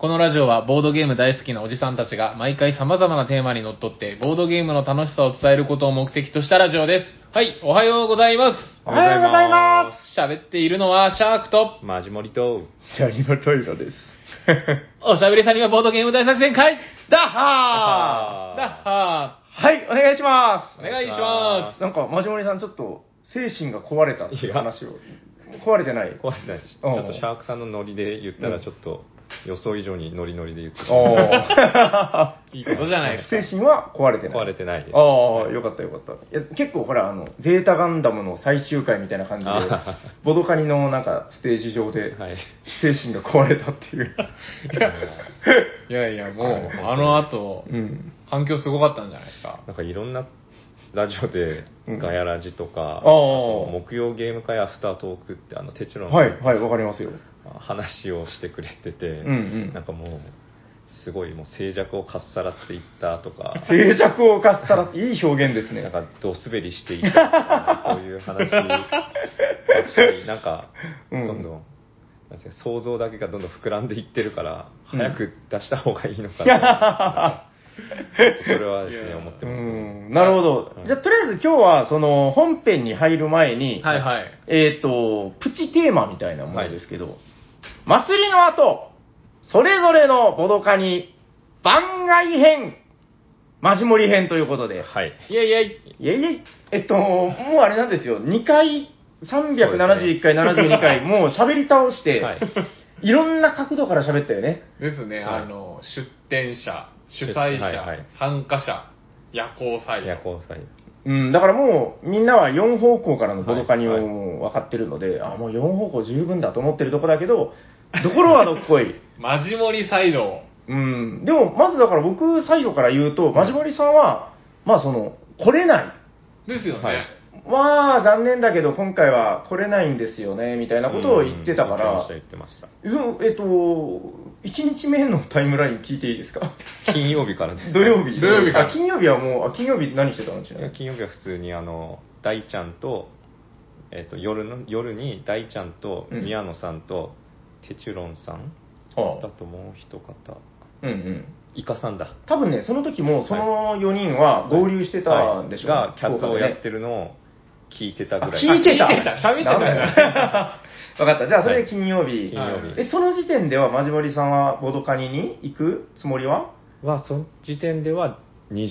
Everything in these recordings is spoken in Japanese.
このラジオはボードゲーム大好きなおじさんたちが毎回様々なテーマにのっとってボードゲームの楽しさを伝えることを目的としたラジオです。はい、おはようございます。 おはようございま喋っているのはシャークとマジモリとシャリバトイラです。 おしゃべりさんにはボードゲーム大作戦会ダッハーだっははい、お願いしま。 ーお願いしますなんか、マジモリさんちょっと、精神が壊れたっていう話を。壊れてない。 壊れてないです。ちうんょっとシャークさんのノリで言ったらちょっと予想以上にノリノリで言ってた。 おーいいことじゃないですか。 精神は壊れてない。 壊れてないです。 ああ、よかったよかった。いや結構ほら、ゼータガンダムの最終回みたいな感じであ、 ボドカニのなんかステージ上で、 はい。 精神が壊れたっていう。 いやいや、もう、あの後、 うん。 反響すごかったんじゃないですか。 なんかいろんなラジオでガヤラジとか、ああとー木曜ゲーム会アフタートークってテチロンはい、はい、わかりますよ。 話をしてくれてて、 うんうんなんかもう、すごいもう静寂をかっさらっていったとか、 静寂をかっさらって、いい表現ですね。 なんかド滑りしていったとか、そういう話ばっかり、なんか、どんどん、なんていうか想像だけがどんどん膨らんでいってるから、 うん早く出した方がいいのかな。ちょっとそれはですね、思ってうますね。 ん、なるほど。 うんじゃあ、とりあえず今日は、その、本編に入る前に、 はいはい。 プチテーマみたいなものですけど、祭りの後、それぞれのボドカに番外編、マジモリ編ということで、 はい。 いやいやい。 いえいえ、もうあれなんですよ、2回、371回、72回、もう喋り倒して、 はい。 いろんな角度から喋ったよね。 ですね、 はい出展者、主催者、 はいはい参加者、夜行祭。 夜行祭。 うん、だからもう、みんなは4方向からのボドカニをはいはいもう分かってるので、あ、もう4方向十分だと思ってるとこだけど、どころはどっこい。 マジモリサイド。 うん、でも、まずだから僕、サイドから言うと、マジモリさんは、まあその、来れない。 ですよね。 はいまあ、残念だけど、今回は来れないんですよね、みたいなことを言ってたから、 言ってました。 1日目のタイムライン聞いていいですか？ 金曜日からです。 土曜日。 土曜日から金曜日はもう、金曜日何してたのちないみに。 や金曜日は普通に大ちゃんと、夜に大ちゃんとうん宮野さんとテチュロンさんあだともう一方うんうん。 イカさんだ多分ね、その時もその4人は合流してたんでしょう、 がキャスをやってる。 るのを聞いてたぐらい。 聞いてた。 聞いてた喋ってたじゃんなんだよ分かった。じゃあ、それで金曜日。 金曜日その時点では、マジモリさんはボドカニに行くつもりはその時点では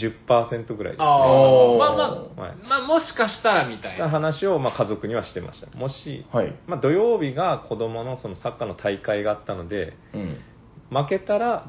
20%ぐらいですね。 ああ、 おーまあはいまあ、もしかしたらみたいな。 話を家族にはしてました。もし、 はい。 土曜日が子供のそのサッカーの大会があったので、 うん。 負けたら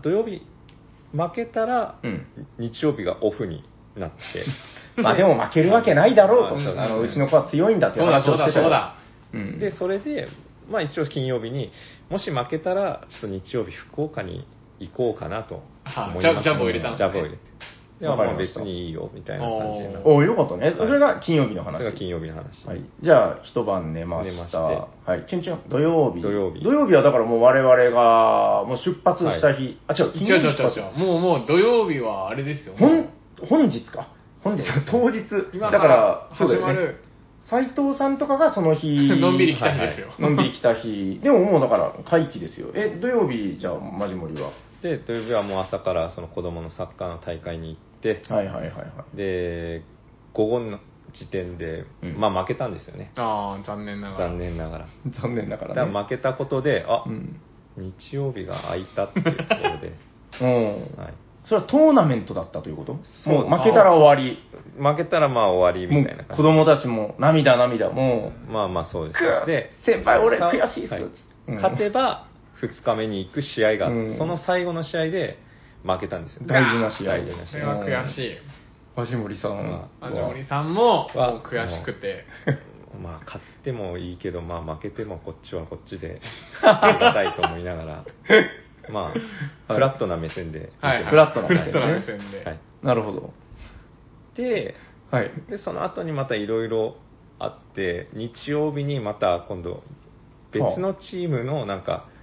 うん。 日曜日がオフになって、 まあでも負けるわけないだろうと。 うんうちの子は強いんだっていう話をしてたよ。 そうだ。 うん。 でそれで一応金曜日にもし負けたらちょっと日曜日福岡に行こうかなと思います。 ジャブを入れたんですねジャブを入れて。でわかりました別にいいよみたいな感じになって。 おおよかったね。それが金曜日の話。 それが金曜日の話。 はい。じゃあ、一晩寝ました。 寝ましてはい。チュンチュン、土曜日。 土曜日はだからもう我々が、もう出発した日。あ、違う、金違う曜日出発。 もう土曜日はあれですよ。 本日か。本日、当日。 今かだからら、そうだよね。 始まる。 斉藤さんとかがその日。 のんびり来た日ですよ。 のんびり来た日。でももうだから、会期ですよ。土曜日、じゃあ、マジモリは。 で土曜日はもう朝からその子供のサッカーの大会に行って、 はいはいはいはい。 で午後の時点で、 うん負けたんですよね。 ああ、残念ながら。 残念ながら。 残念だかだらね。 から負けたことで、 うん。 日曜日が空いたっていうところで、 うん。 はい、 それはトーナメントだったということそうもう負けたら終わり。 負けたら終わりみもたいな感じ。 う子供たちも涙、もそうですう、 で先輩俺さ悔しいっす、 はいうん勝てば2日目に行く試合があって、 うんその最後の試合で負けたんですよ。 大事な試合大事な試合それは悔しい。 橋森さんはマジモリさんも、もう悔しくて。 勝ってもいいけど、負けてもこっちはこっちでありがたいと思いながらフラットな目線で見てます。 はいはい。 フラットな目線ねフラットな目線で。 はいなるほど。 ではい。 その後にまたいろいろあって、日曜日にまた今度別のチームの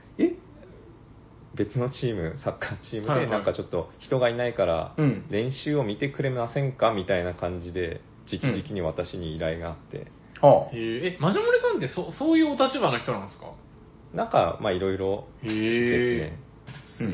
別のチーム、サッカーチームはいはいでなんかちょっと人がいないからうん練習を見てくれませんかみたいな感じで直々に私に依頼があって、 はマジモリさんってそういうお立場の人なんですか？ なんかいろいろですへね。 うん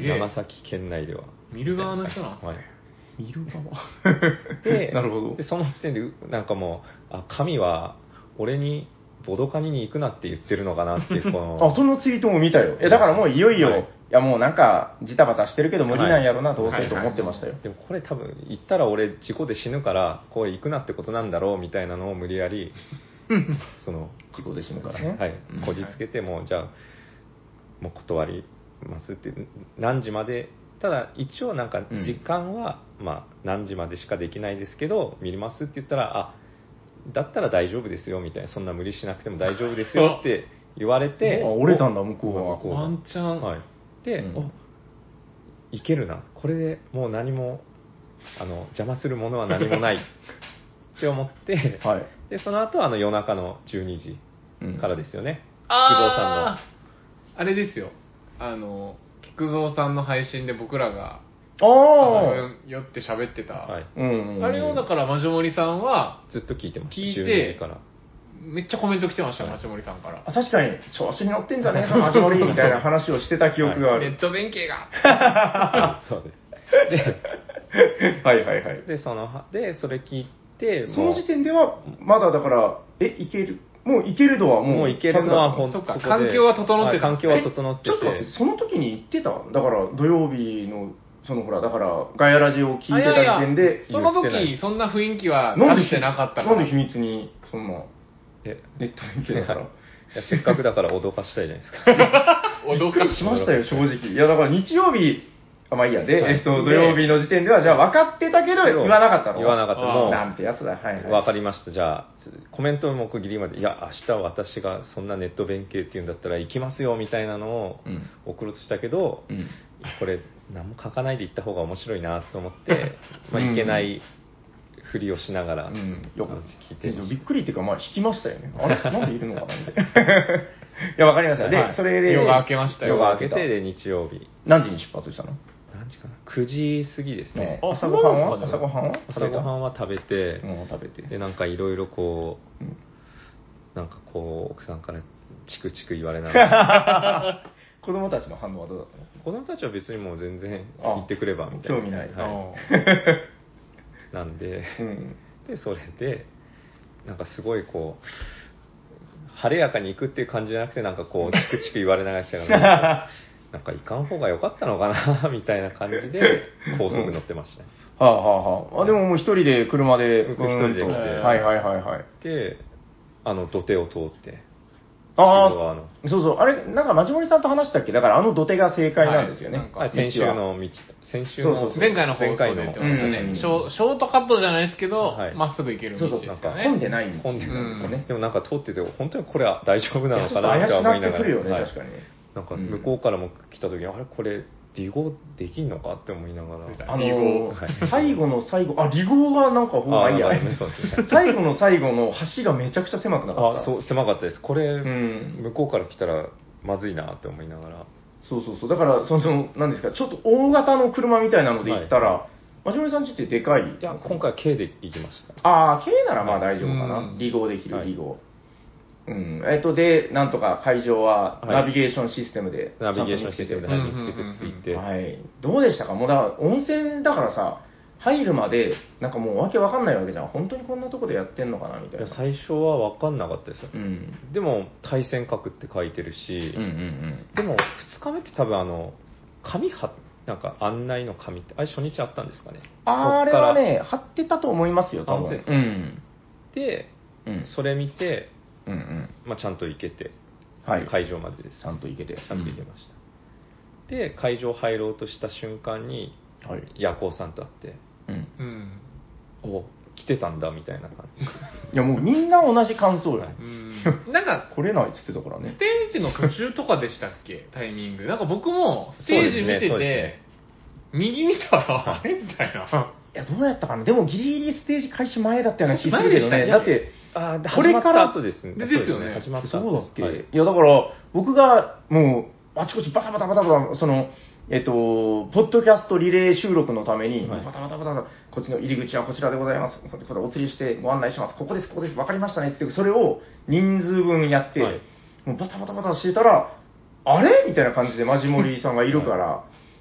げえ長崎県内では。 見る側の人なんですね。 はい。 見る側で、 なるほどで、その時点で、なんかもう、あ、神は、俺に、ボドカニに行くなって言ってるのかなっていう、この。 あ、そのツイートも見たよ。だからもういよいよ、 はいいやもうなんか、ジタバタしてるけど無理なんやろな、 はいどうせと思ってましたよ。 でもこれ多分、行ったら俺、事故で死ぬから、こう行くなってことなんだろう、みたいなのを無理やり、その、 事故で死ぬからね。 はいうん、 こじつけて、もう、じゃあ、もう断りますって、何時まで、ただ一応なんか時間は、まあ何時までしかできないですけど、見れますって言ったら、あ、だったら大丈夫ですよみたいな、そんな無理しなくても大丈夫ですよって言われて、 あ、折れたんだ、向こうは。 向こうがワンチャンはい。で、 うんお、いけるな。これでもう何も、邪魔するものは何もないって思って、 はい。 で、その後は夜中の12時からですよね。 あー、あれですよ。菊蔵さんの配信で僕らが、 ああ、 酔って喋ってた。 はい。 うんうん。 あれをだから、マジモリさんは、 ずっと聞いてました。 聞いて 12時から。 めっちゃコメント来てましたよ、 はいマジモリさんから。 あ、確かに、調子に乗ってんじゃねえか、マジモリみたいな話をしてた記憶がある。 ネット弁慶が。 そうです。 はいはいはい。 で、それ聞いて、 その時点では、まだだから、いける、もういけるのはもう、 いけるのは本本当そっか環境は整ってた環境は整ってて。 ちょっと待って、その時に言ってただから、土曜日の、ほら、だから、ガヤラジオを聞いてた時点で、 その言ってない時、そんな雰囲気はなんで出してなかったから。 なんで秘密に、そんな、 えネット弁慶だから。 いやせっかくだから脅かしたいじゃないですか。 脅びっくりしましたよ、正直。いや、だから日曜日、まあいいや、で、土曜日の時点では、じゃあ分かってたけど、言わなかったの言わなかった。もう、 なんてやつだ、はい、はい。 わかりました。じゃあ、コメントもギリまで、いや、明日私がそんなネット弁慶っていうんだったら行きますよみたいなのをうん送ろうとしたけど、 うんこれ、何も書かないで行った方が面白いなと思って、まあ、いけないふりをしながら、 よ聞いてびっくりっていうか、まあ、引きましたよね。あれなんでいるのかなみたいな。いや、わかりました。で、 はいそれで、 夜が明けましたよ夜が明けて、で、日曜日。 何時に出発したの何時かな ?9 時過ぎですね。 あ朝ごはんはそうなんですか朝ごはんは朝ごはんは食べて、 もう食べて。 で、なんかいろいろこうんう、なんかこう、奥さんからチクチク言われながら、 子供たちの反応はどうだったの子供たちは別にもう全然言ってくればみたいな。 興味ないはあなんで、 うん。 で、それで、なんかすごいこう、晴れやかに行くっていう感じじゃなくて、なんかこう、チクチク言われながらしたから、なんか行かん方が良かったのかな、みたいな感じで、高速乗ってましたね。 はあはあはあ。あ、でももう一人で車で、 僕一人で来てはいはいはいはい。 で、土手を通って、 あ渋谷あ、そうそう。あれ、なんか、マジモリさんと話したっけだから、土手が正解なんですよね。 はいなんかはい、先週の道、先週のそうそう前回の放送で言ってましたね、 うんショートカットじゃないですけど、 はいまっすぐ行ける道ですよそうそう、なんか、 ね。 混んでない道混んでなんですよね。 でもなんか通ってて、本当にこれは大丈夫なのちょっとかなって怪しくなっ思いながら。 てくるよね、 はい確かに。 なんか向こうからも来た時に、あれこれ、離合できんのかって思いながら。 あの離合はい最後の最後、離合がなんか、まあいいやあそうですね。 最後の最後の橋がめちゃくちゃ狭くなかった。 そう、狭かったです。これ、 ん向こうから来たらまずいなって思いながら。 そうそうそう。だから、なんですか、ちょっと大型の車みたいなので行ったら、マジモリさんちってでかい。 いや、今回は軽で行きました。 ああ、軽ならまあ大丈夫かな。 うん離合できる、 はい離合。うん。で、なんとか会場ははいナビゲーションシステムで、 ナビゲーションシステムでちゃんと見つけてついて。 はい。どうでしたかもうだから、温泉だからさ、入るまで、なんかもうわけわかんないわけじゃん。本当にこんなとこでやってんのかなみたいな。 いや最初は分かんなかったですよ。 うん。 でも、対戦閣って書いてるし、 うんうんうん。 でも、2日目って多分紙なんか案内の紙って、あれ初日あったんですかね。 あれこっからはね、貼ってたと思いますよ、多分。 あ本当ですかうん。 で、 うん。 それ見て、 うんうん。 まあ、ちゃんと行けて、 はい。 会場までです。 ちゃんと行けて。 ちゃんと行けました。で、会場入ろうとした瞬間に、 はい。 夜行さんと会って、 うん。 うん。 お来てたんだみたいな感じ。 いやもうみんな同じ感想よ。 うんなんか、 来れないっつってたからねス。テージの途中とかでしたっけタイミング。なんか僕もステージ見てて、 そうですね右見たら、あれみたいな。 いや、どうやったかなでもギリギリステージ開始前だったような気するけどね。 前でしただって、 あこれから後ですね。 ですよね始まったそうだっけ、 はいいや、だから、僕がもう、あちこちバタバタバタバタ、ポッドキャストリレー収録のために、 はいバタバタバタ、こっちの入り口はこちらでございます。これお釣りしてご案内します。ここです、ここです。わかりましたねって、それを人数分やって、 はいもうバタバタバタしてたら、あれみたいな感じでマジモリさんがいるから、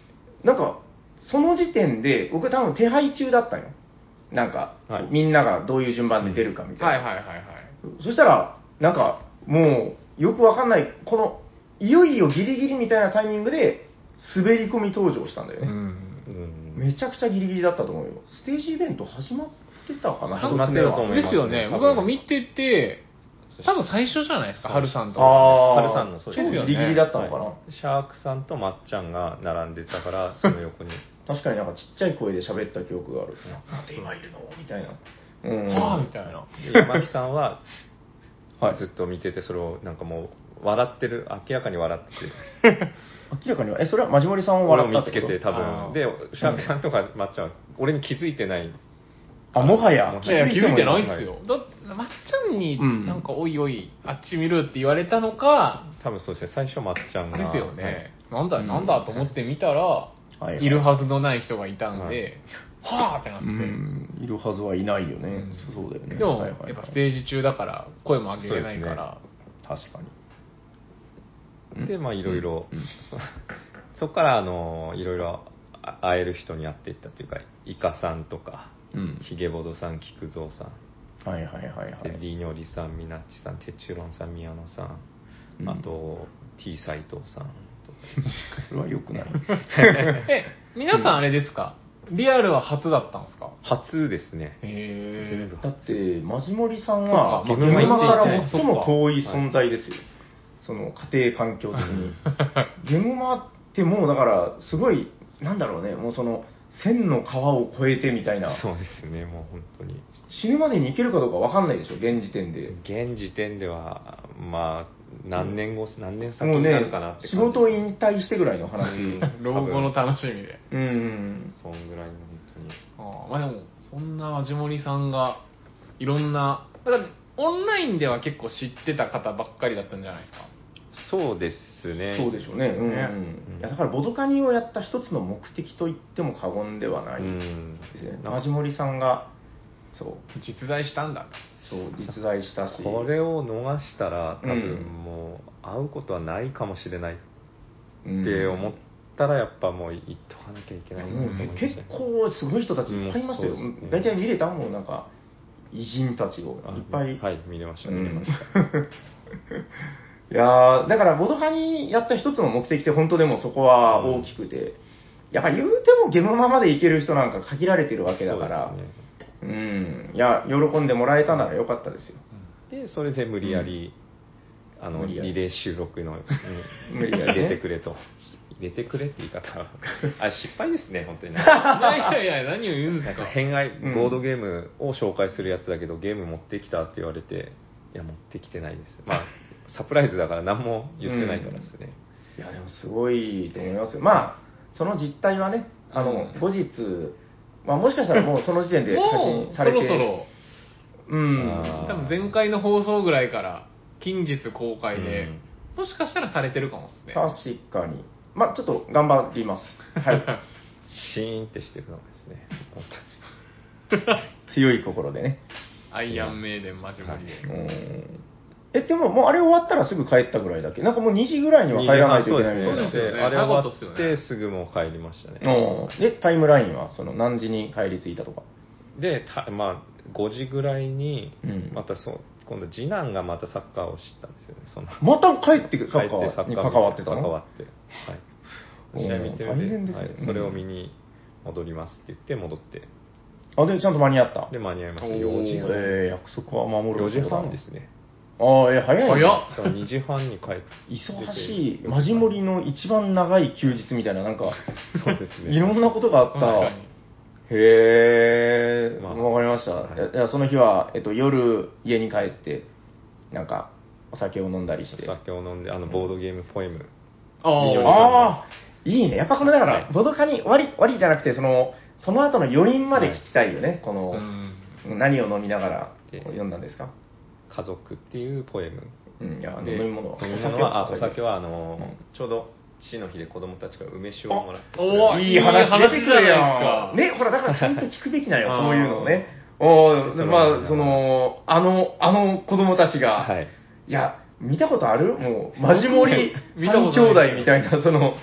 なんか、その時点で、僕多分手配中だったよ。なんか、 はいみんながどういう順番で出るかみたいな。 はいはいはいはい。 そしたら、なんか、もう、よくわかんない、この、いよいよギリギリみたいなタイミングで、滑り込み登場したんだよね。 うん。 うんめちゃくちゃギリギリだったと思うよ。ステージイベント始まってたかな、 始まってると思いますねですよね。 多分僕なんか見てて、多分最初じゃないですか、春さんとか。 あ春さんのそうです超ねギリギリだったのかな。 はいシャークさんとまっちゃんが並んでたから、その横に。 確かになんかちっちゃい声で喋った記憶がある。なんで今いるのみたいな。うん。 はぁみたいな。 で山木さんははいずっと見てて、それをなんかもう笑ってる、明らかに笑ってて、 明らかには、それはマジモリさんを俺を見笑ったってことつけて多あー分、で、シャークさんとかまっちゃんは俺に気づいてない。 あ、もはや。 いやいや、気づいてないっはすよ。だって、まっちゃんにうんなんか、おいおい、あっち見るって言われたのか、 多分そうですね、最初まっちゃんが。 ですよはいね。なんだ、 うんなんだと思って見たら、 はいはいいるはずのない人がいたんで、はぁってなって。 うん、いるはずはいないよね。 うんそうだよね。 でも、 はいはいはいやっぱステージ中だから、声も上げれないから、 確かに。 で、まあいろいろうん、 そこからいろいろ会える人に会っていったっていうか、イカさんとか、 うんヒゲボドさん、菊蔵さん、 はいはいはいはでい。 リニョリさん、ミナッチさん、テチュロンさん、宮野さん、 うんあと T 斎藤さんとか。 それは良くない。 皆さんあれですか、リアルは初だったんですか？ 初ですね。 へだって、マジモリさんは、 そっかゲームマからまあ最も遠い存在ですよ。その家庭環境的に。ゲームマってもうだから、すごい、なんだろうね、もうその、千の川を越えてみたいな、 そうですね、もう本当に。 死ぬまでに行けるかどうかわかんないでしょ、現時点で。 現時点では、まあ、何年先もうねになるかなって感じ、 仕事を引退してぐらいの話。 老後の楽しみで。 うん。 そんぐらいの本まあでも、そんなマジモリさんが、いろんな、だから、オンラインでは結構知ってた方ばっかりだったんじゃないですか。 当に。そうですね。 そうでしょうね。うん、うん。いやだから、ボドカニをやった一つの目的と言っても過言ではないうんですね。マジモリさんが、そう、 実在したんだと。 そう、実在したし。 これを逃したら多うん分もう会うことはないかもしれないっうんて思ったらやっぱもう言っとかなきゃいけないなと思いました結ね。 構すごい人たちいっぱいいましたようんそうですね。 大体見れたもん、なんか、偉人たちをあいっぱい。 はい、見れました、 うん見れました。 いやーだから、ボドカにやった一つの目的って本当でもそこは大きくて、やっぱ言うてもゲムマまで行ける人なんか限られてるわけだから、 そうですねいや、喜んでもらえたならよかったですよ。 で、それで無理やり、 無理やりリレー収録の、 無理やりね入れてくれと。入れてくれって言い方は、あ、失敗ですね、本当にね。 いやいやいや、何を言うんですか。 偏愛、 うんボードゲームを紹介するやつだけど、ゲーム持ってきたって言われて、いや、持ってきてないです。まあ、サプライズだから何も言ってないからですね。 いや、でもすごいと思いますよ。まあ、その実態はね、後日、まあ、もしかしたらもうその時点で配もう、そ信されて、 ろそろ、 うん。 あー多分前回の放送ぐらいから、近日公開で、 うんもしかしたらされてるかもですね。 確かに。まあ、ちょっと頑張ります。はい。 シーンってしてるのがですね、本強い心でね。 アイアンメイデンマジモリで。 でももうあれ終わったらすぐ帰ったぐらいだっけなんかもう2時ぐらいに当に。 は帰らないといけないみたいな。 そうですよねあれ終わっ早かったっすよてねすぐもう帰りましたね。 で、タイムラインはその何時に帰り着いたとか。 で、まあ、5時ぐらいにうん、 また今度次男がまたサッカーを知ったんですよね。 また帰ってくる、サッカ帰ってーに関わってたの関わって。はい。試合見てる大変ですねはいそれを見に戻りますって言って戻って。 あ、で、ちゃんと間に合った。 で、間に合いました。 おー 4時半。 約束は守る。 4時半ですね。 ああ、早いね。 早っだから2時半に帰って。 忙しい、マジモリの一番長い休日みたいな、なんか、 そうですね。 いろんなことがあっ確た。 かに。 へえ、 まあわかりました。 はいいやその日は、夜、家に帰って、なんか、お酒を飲んだりして。 お酒を飲んで、ボードゲームポエム。 あ非常にああ、いいね。やっぱこの、だから、 はいボドカに、悪いじゃなくて、その後の余韻まで聞きたいよね。この、 うん。 何を飲みながらで読んだんですか？ 家族っていうポエム。 うん、いや、飲でみ物は。 飲み物は、お酒は、 んちょうど父の日で子供たちから梅酒をもらって。 おーいい話出てくるいい話じゃやないん。ね、ほら、だからちゃんと聞くべきなよ、 あーこういうのをね。おーそうまあ、その、あの子供たちが、 はい。 いや、見たことあるもう、マジモリ見た三ことない兄弟みたいな、その、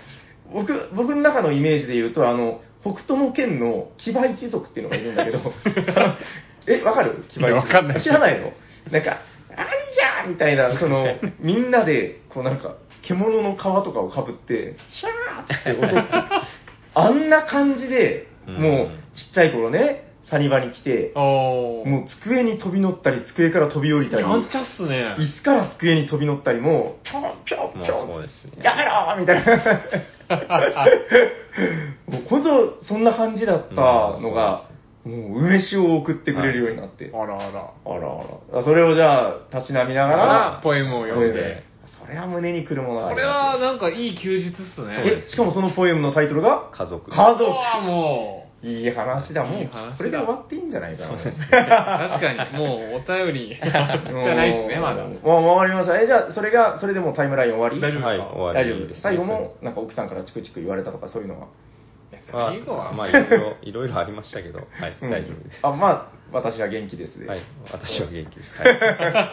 僕の中のイメージで言うと、北斗の剣の騎馬一族っていうのがいるんだけど、わかる？騎馬一族。 わかんない。 知らないの？なんか、ありじゃーみたいな、みんなで、こうなんか、獣の皮とかをかぶって、シャーって踊って、あんな感じで、もう、ちっちゃい頃ね、サニバに来て、もう机に飛び乗ったり、机から飛び降りたり、 やんちゃっすね。 椅子から机に飛び乗ったり、もう、ぴょんぴょんぴょん、 そうですね、 やめろーみたいな。もう本当、そんな感じだったのが、もう梅酒を送ってくれるようになって。 あらあら。 あらあら。それをじゃあ、たしなみながら、 ポエムを読んで。 それは胸にくるものがあそれりますよ。 はなんかいい休日っすね。 しかもそのポエムのタイトルが家族。 家族。 もう。 いい話だもん。 いい話だこれで終わっていいんじゃないかな。 確かに、もうお便りじゃないですね、まだ。 もうわかりました。じゃあ、それでもうタイムライン終わり大丈夫ですか？ はい、終わり大丈夫です。最後も、なんか奥さんからチクチク言われたとかそういうのは。 最後は。 まあ、いろいろありましたけど、はい、大丈夫です。 まあ、私は元気ですね。 はい、私は元気です。はい。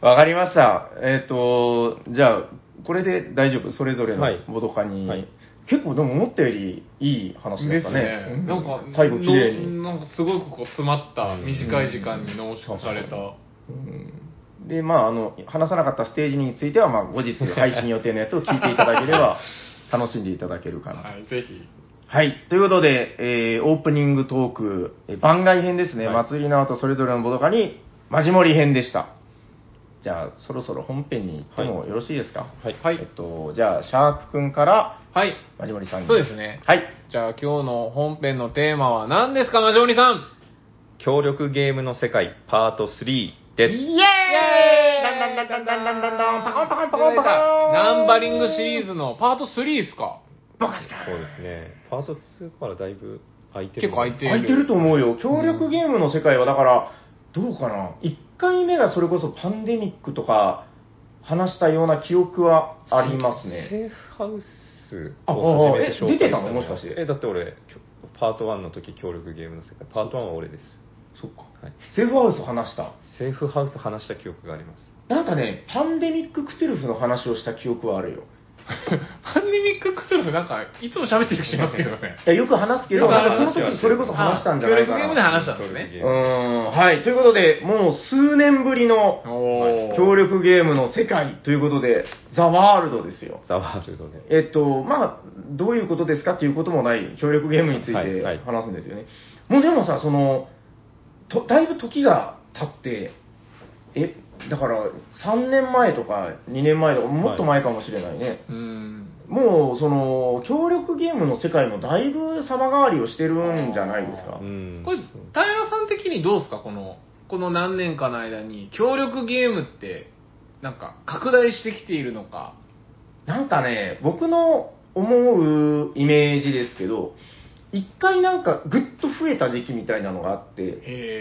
わかりました。じゃあ、これで大丈夫？それぞれのボドカに。 はい。 結構でも思ったよりいい話だったね。 ですね。なんか、 最後綺麗に。 なんかすごくこう詰まった短い時間に濃縮された。 で、まあ、話さなかったステージについては、まあ、後日配信予定のやつを聞いていただければ、楽しんでいただけるかなと。 はい、ぜひ。 はい。ということで、オープニングトーク、番外編ですね。 はい、 祭りの後、それぞれのボドカに、マジモリ編でした。じゃあ、そろそろ本編に行ってもよろしいですか？ はい。 はい。 じゃあ、シャークくんから、 はい。 マジモリさんに。 そうですね。 はい。 じゃあ、今日の本編のテーマは何ですか、マジモリさん？ 協力ゲームの世界、パート3です。 イエーイだんだんだんだんだんだんだんだん、パコンパコンパコンパコン。 ナンバリングシリーズのパート3ですか？ そうですね。パート2からだいぶ空いてる。 結構空いてる。 空いてると思うよ。協力ゲームの世界は、だから、どうかな。1回目がそれこそパンデミックとか話したような記憶はありますね。 セーフハウスを初めて紹介した出てたのもしかして。 だって俺、パート1の時協力ゲームの世界、パート1は俺です。 そっか。 はい、 セーフハウス話した。 セーフハウス話した記憶があります。 なんかね、パンデミッククトゥルフの話をした記憶はあるよ。 パンデミッククトゥルフなんか、いつも喋ってる気しますけどね。 いや、よく話すけど、この時それこそ話したんじゃないかな。 協力ゲームで話したんですね。 はい。ということで、もう数年ぶりの協力ゲームの世界ということで、ザ・ワールドですよ。 ザ・ワールドね。 まあ、どういうことですかっていうこともない協力ゲームについて話すんですよね。もうでもさ、だいぶ時が経って、だから3年前とか2年前とかもっと前かもしれないね、もう協力ゲームの世界もだいぶ様変わりをしてるんじゃないですか。 これ平さん的にどうですか、この何年かの間に協力ゲームってなんか拡大してきているのか。 なんかね、僕の思うイメージですけど、一回なんかぐっと増えた時期みたいなのがあって、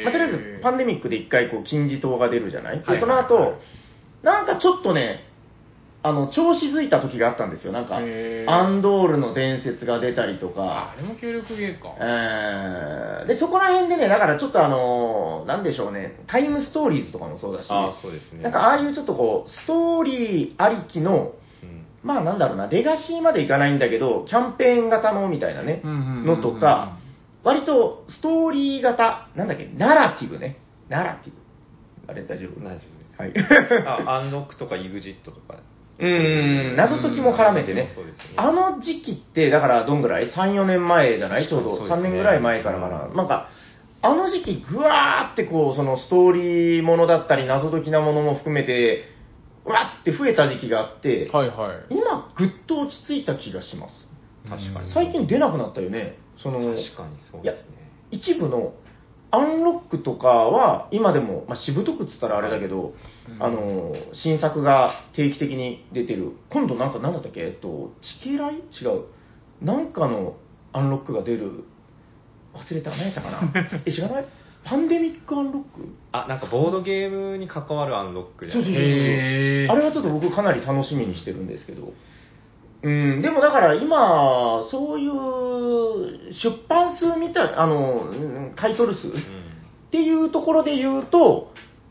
とりあえずパンデミックで一回金字塔が出るじゃない、でその後、なんかちょっとね、調子づいた時があったんですよ。なんか、アンドールの伝説が出たりとか。 あれも協力ゲームか。 で、そこら辺でね、だからちょっとなんでしょうね、タイムストーリーズとかもそうだし、 そうですね。 なんかああいうちょっとストーリーありきの、まあなんだろうな、レガシーまでいかないんだけど、キャンペーン型のみたいなね、のとか、割とストーリー型、なんだっけ、ナラティブね。ナラティブ。あれ大丈夫？ 大丈夫です。 はい。 アンロックとかイグジットとか。 謎解きも絡めてね。 そうですね。 あの時期って、だからどんぐらい ?3、4年前じゃない？ちょうど3年ぐらい前からかな。なんか、あの時期、ぐわーってそのストーリーものだったり、謎解きなものも含めて、うわって増えた時期があって、今、ぐっと落ち着いた気がします。 確かに。 最近出なくなったよね。 確かにそうですね。 一部のアンロックとかは、今でも、しぶとくっつったらあれだけど、新作が定期的に出てる。今度なんだったっけチケライ違う。なんかのアンロックが出る。忘れた。何やったかな知らないパンデミックアンロック？ なんかボードゲームに関わるアンロックじゃないですか。あれはちょっと僕かなり楽しみにしてるんですけど。でもだから今、そういう出版数みたい、タイトル数っていうところで言うと、減っ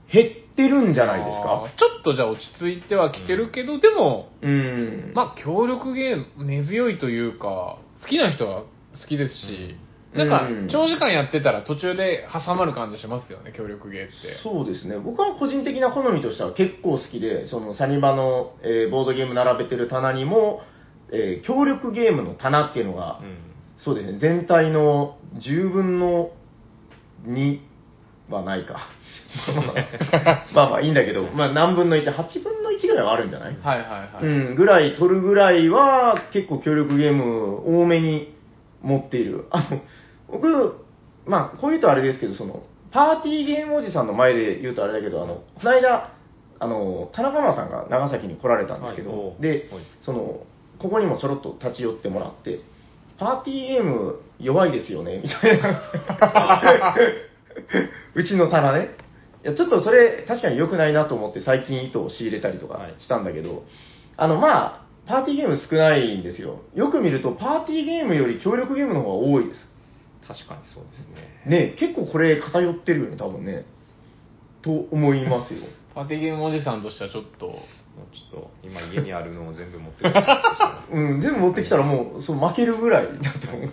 てるんじゃないですか。 ちょっとじゃあ落ち着いてはきてるけど、でも、 まあ協力ゲーム、根強いというか、好きな人は好きですし、なんか、長時間やってたら途中で挟まる感じしますよね、協力ゲーって。 そうですね。僕は個人的な好みとしては結構好きで、そのサニバの、ボードゲーム並べてる棚にも、協力ゲームの棚っていうのが、そうですね、全体の10分の2はないか。まあいいんだけど、まあ何分の1、8分の1ぐらいはあるんじゃない？ はいはいはい。 ぐらい取るぐらいは結構協力ゲーム多めに持っている。僕、まあこういうとあれですけど、その、パーティーゲームおじさんの前で言うとあれだけど、この間、田中間さんが長崎に来られたんですけど、で、その、ここにもちょろっと立ち寄ってもらって、パーティーゲーム弱いですよね、みたいな。うちの棚ね。いや、ちょっとそれ確かに良くないなと思って最近糸を仕入れたりとかしたんだけど、まあ、パーティーゲーム少ないんですよ。よく見るとパーティーゲームより協力ゲームの方が多いです。 確かにそうですね。 ね、結構これ偏ってるよね、多分ね。と思いますよ。 パーティーゲームおじさんとしてはちょっと、 今家にあるのを全部持ってき全部持ってきたらもう、そう負けるぐらいだと思う。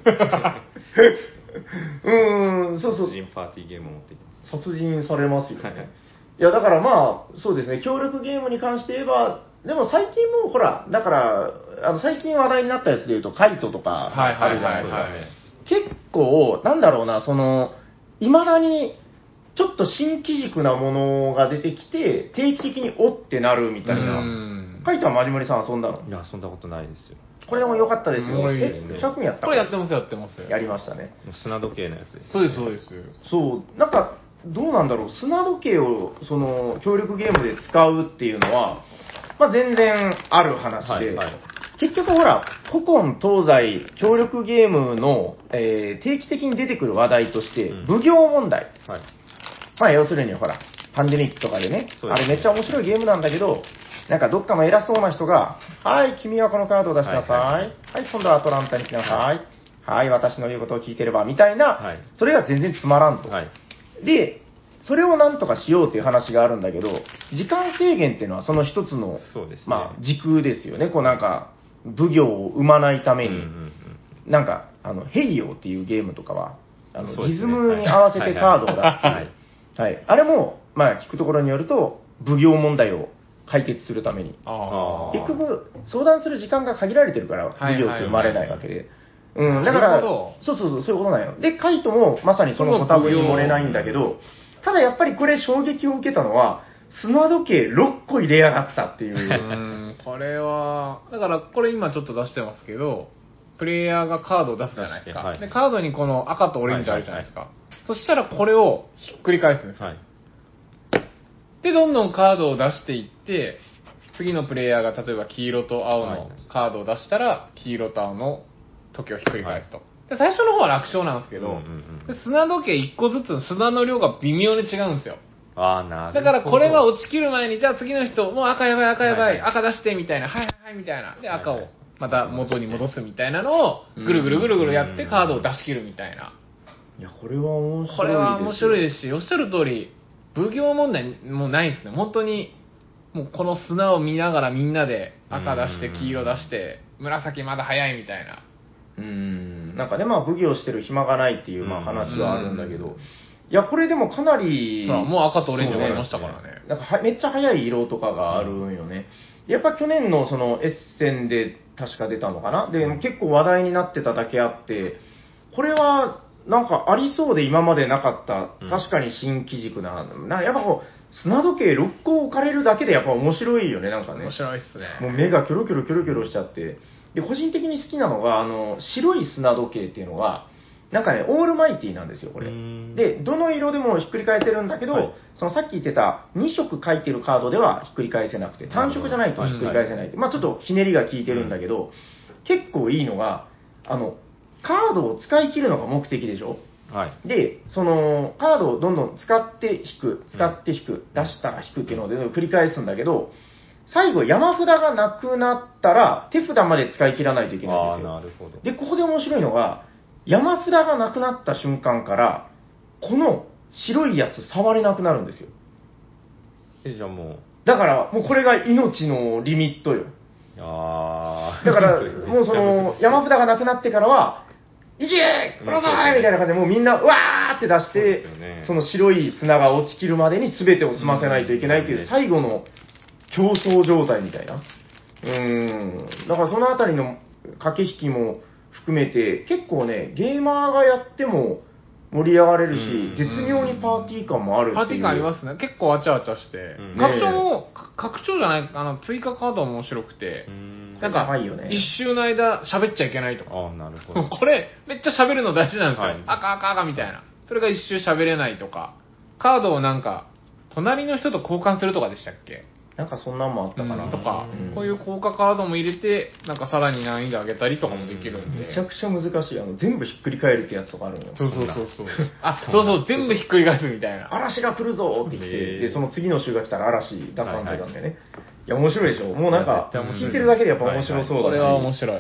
そうそう。 殺人パーティーゲームを持ってきます。 殺人されますよね。いや、だからまあ、そうですね、協力ゲームに関して言えば、でも最近もほら、だから、最近話題になったやつで言うと、カイトとかあるじゃないですか。結構、なんだろうな、その、未だに、ちょっと新機軸なものが出てきて、定期的におってなるみたいな。カイトはマジモリさん遊んだの？ いや、遊んだことないですよ。 これも良かったですよ。100分やったこれやってます。 やりましたね。 砂時計のやつです、 そうです、そうです。 そう、なんか、どうなんだろう、砂時計を、その、協力ゲームで使うっていうのは、まあ全然ある話で、結局ほら、古今東西協力ゲームの、定期的に出てくる話題として、奉行問題。まあ要するにほら、パンデミックとかでね、あれめっちゃ面白いゲームなんだけど、なんかどっかの偉そうな人が、はい、君はこのカードを出しなさい。はい、今度はアトランタに来なさい。はい、私の言うことを聞いてれば、みたいな、それが全然つまらんと。で、それをなんとかしようっていう話があるんだけど、時間制限っていうのはその一つの、まあ、軸ですよね。こうなんか、奉行を生まないために、なんか、ヘイヨーっていうゲームとかは、リズムに合わせてカードを出す。はい。あれも、まあ、聞くところによると、奉行問題を解決するために。結局、相談する時間が限られてるから、奉行って生まれないわけで。だから、そういうことなんよ。で、カイトもまさにそのご多分に漏れないんだけど、ただやっぱりこれ衝撃を受けたのは、砂時計6個入れやがったっていう。 これは、だからこれ今ちょっと出してますけど、プレイヤーがカードを出すじゃないですか。で、カードにこの赤とオレンジあるじゃないですか。そしたらこれをひっくり返すんですよ。で、どんどんカードを出していって、次のプレイヤーが例えば黄色と青のカードを出したら、黄色と青の時をひっくり返すと。で最初の方は楽勝なんですけど、砂時計1個ずつ砂の量が微妙に違うんですよ。 なるほど。 だからこれが落ちきる前に、じゃあ次の人、もう赤やばい、赤出してみたいな、はいみたいな。で、赤をまた元に戻すみたいなのを、ぐるぐるやってカードを出し切るみたいな。 いや、これは面白いですよ。 これは面白いですし、おっしゃる通り、奉行問題もうないですね。本当に、もうこの砂を見ながらみんなで赤出して黄色出して、紫まだ早いみたいな。 なんかね、まあ、奉行してる暇がないっていう、まあ、話はあるんだけど、いや、これでもかなり、 もう赤とオレンジ終わりましたからね。 なんかめっちゃ早い色とかがあるんよね。やっぱ去年のそのエッセンで確か出たのかな。で、結構話題になってただけあって、これはなんかありそうで今までなかった、確かに新機軸な、やっぱこう、砂時計6個置かれるだけでやっぱ面白いよね、なんかね。 面白いっすね。もう目がキョロキョロしちゃって。で、個人的に好きなのが、白い砂時計っていうのが、なんかね、オールマイティなんですよ、これ。で、どの色でもひっくり返せるんだけど、そのさっき言ってた2色書いてるカードではひっくり返せなくて、単色じゃないとひっくり返せないって、まあちょっとひねりが効いてるんだけど、結構いいのが、カードを使い切るのが目的でしょ。で、その、カードをどんどん使って引く、出したら引くっていうのを繰り返すんだけど、最後山札がなくなったら手札まで使い切らないといけないんですよ。 なるほど。 で、ここで面白いのが、山札がなくなった瞬間から、この白いやつ触れなくなるんですよ。 じゃあもう。 だから、もうこれが命のリミットよ。だから、もうその、山札がなくなってからは、いけーくださいみたいな感じで、もうみんな、わーって出して、その白い砂が落ちきるまでに全てを済ませないといけないという最後の競争状態みたいな。だからそのあたりの駆け引きも含めて、結構ね、ゲーマーがやっても盛り上がれるし、絶妙にパーティー感もあるっていう。 パーティー感ありますね。結構わちゃわちゃして。拡張も、拡張じゃない、追加カードも面白くて、なんか、一周の間喋っちゃいけないとか。 なるほど。 これ、めっちゃ喋るの大事なんですよ。赤赤赤みたいな。それが一周喋れないとか。カードをなんか、隣の人と交換するとかでしたっけ？ なんかそんなんもあったかな。 とか、こういう効果カードも入れて、なんかさらに難易度上げたりとかもできるんで。 めちゃくちゃ難しい。全部ひっくり返るってやつとかあるのよ。 そう。そうそう、全部ひっくり返すみたいな。 嵐が来るぞって言って、で、その次の週が来たら嵐出さんといたんでね。いや、面白いでしょ。もうなんか、聞いてるだけでやっぱ面白そうだし。 これは面白い。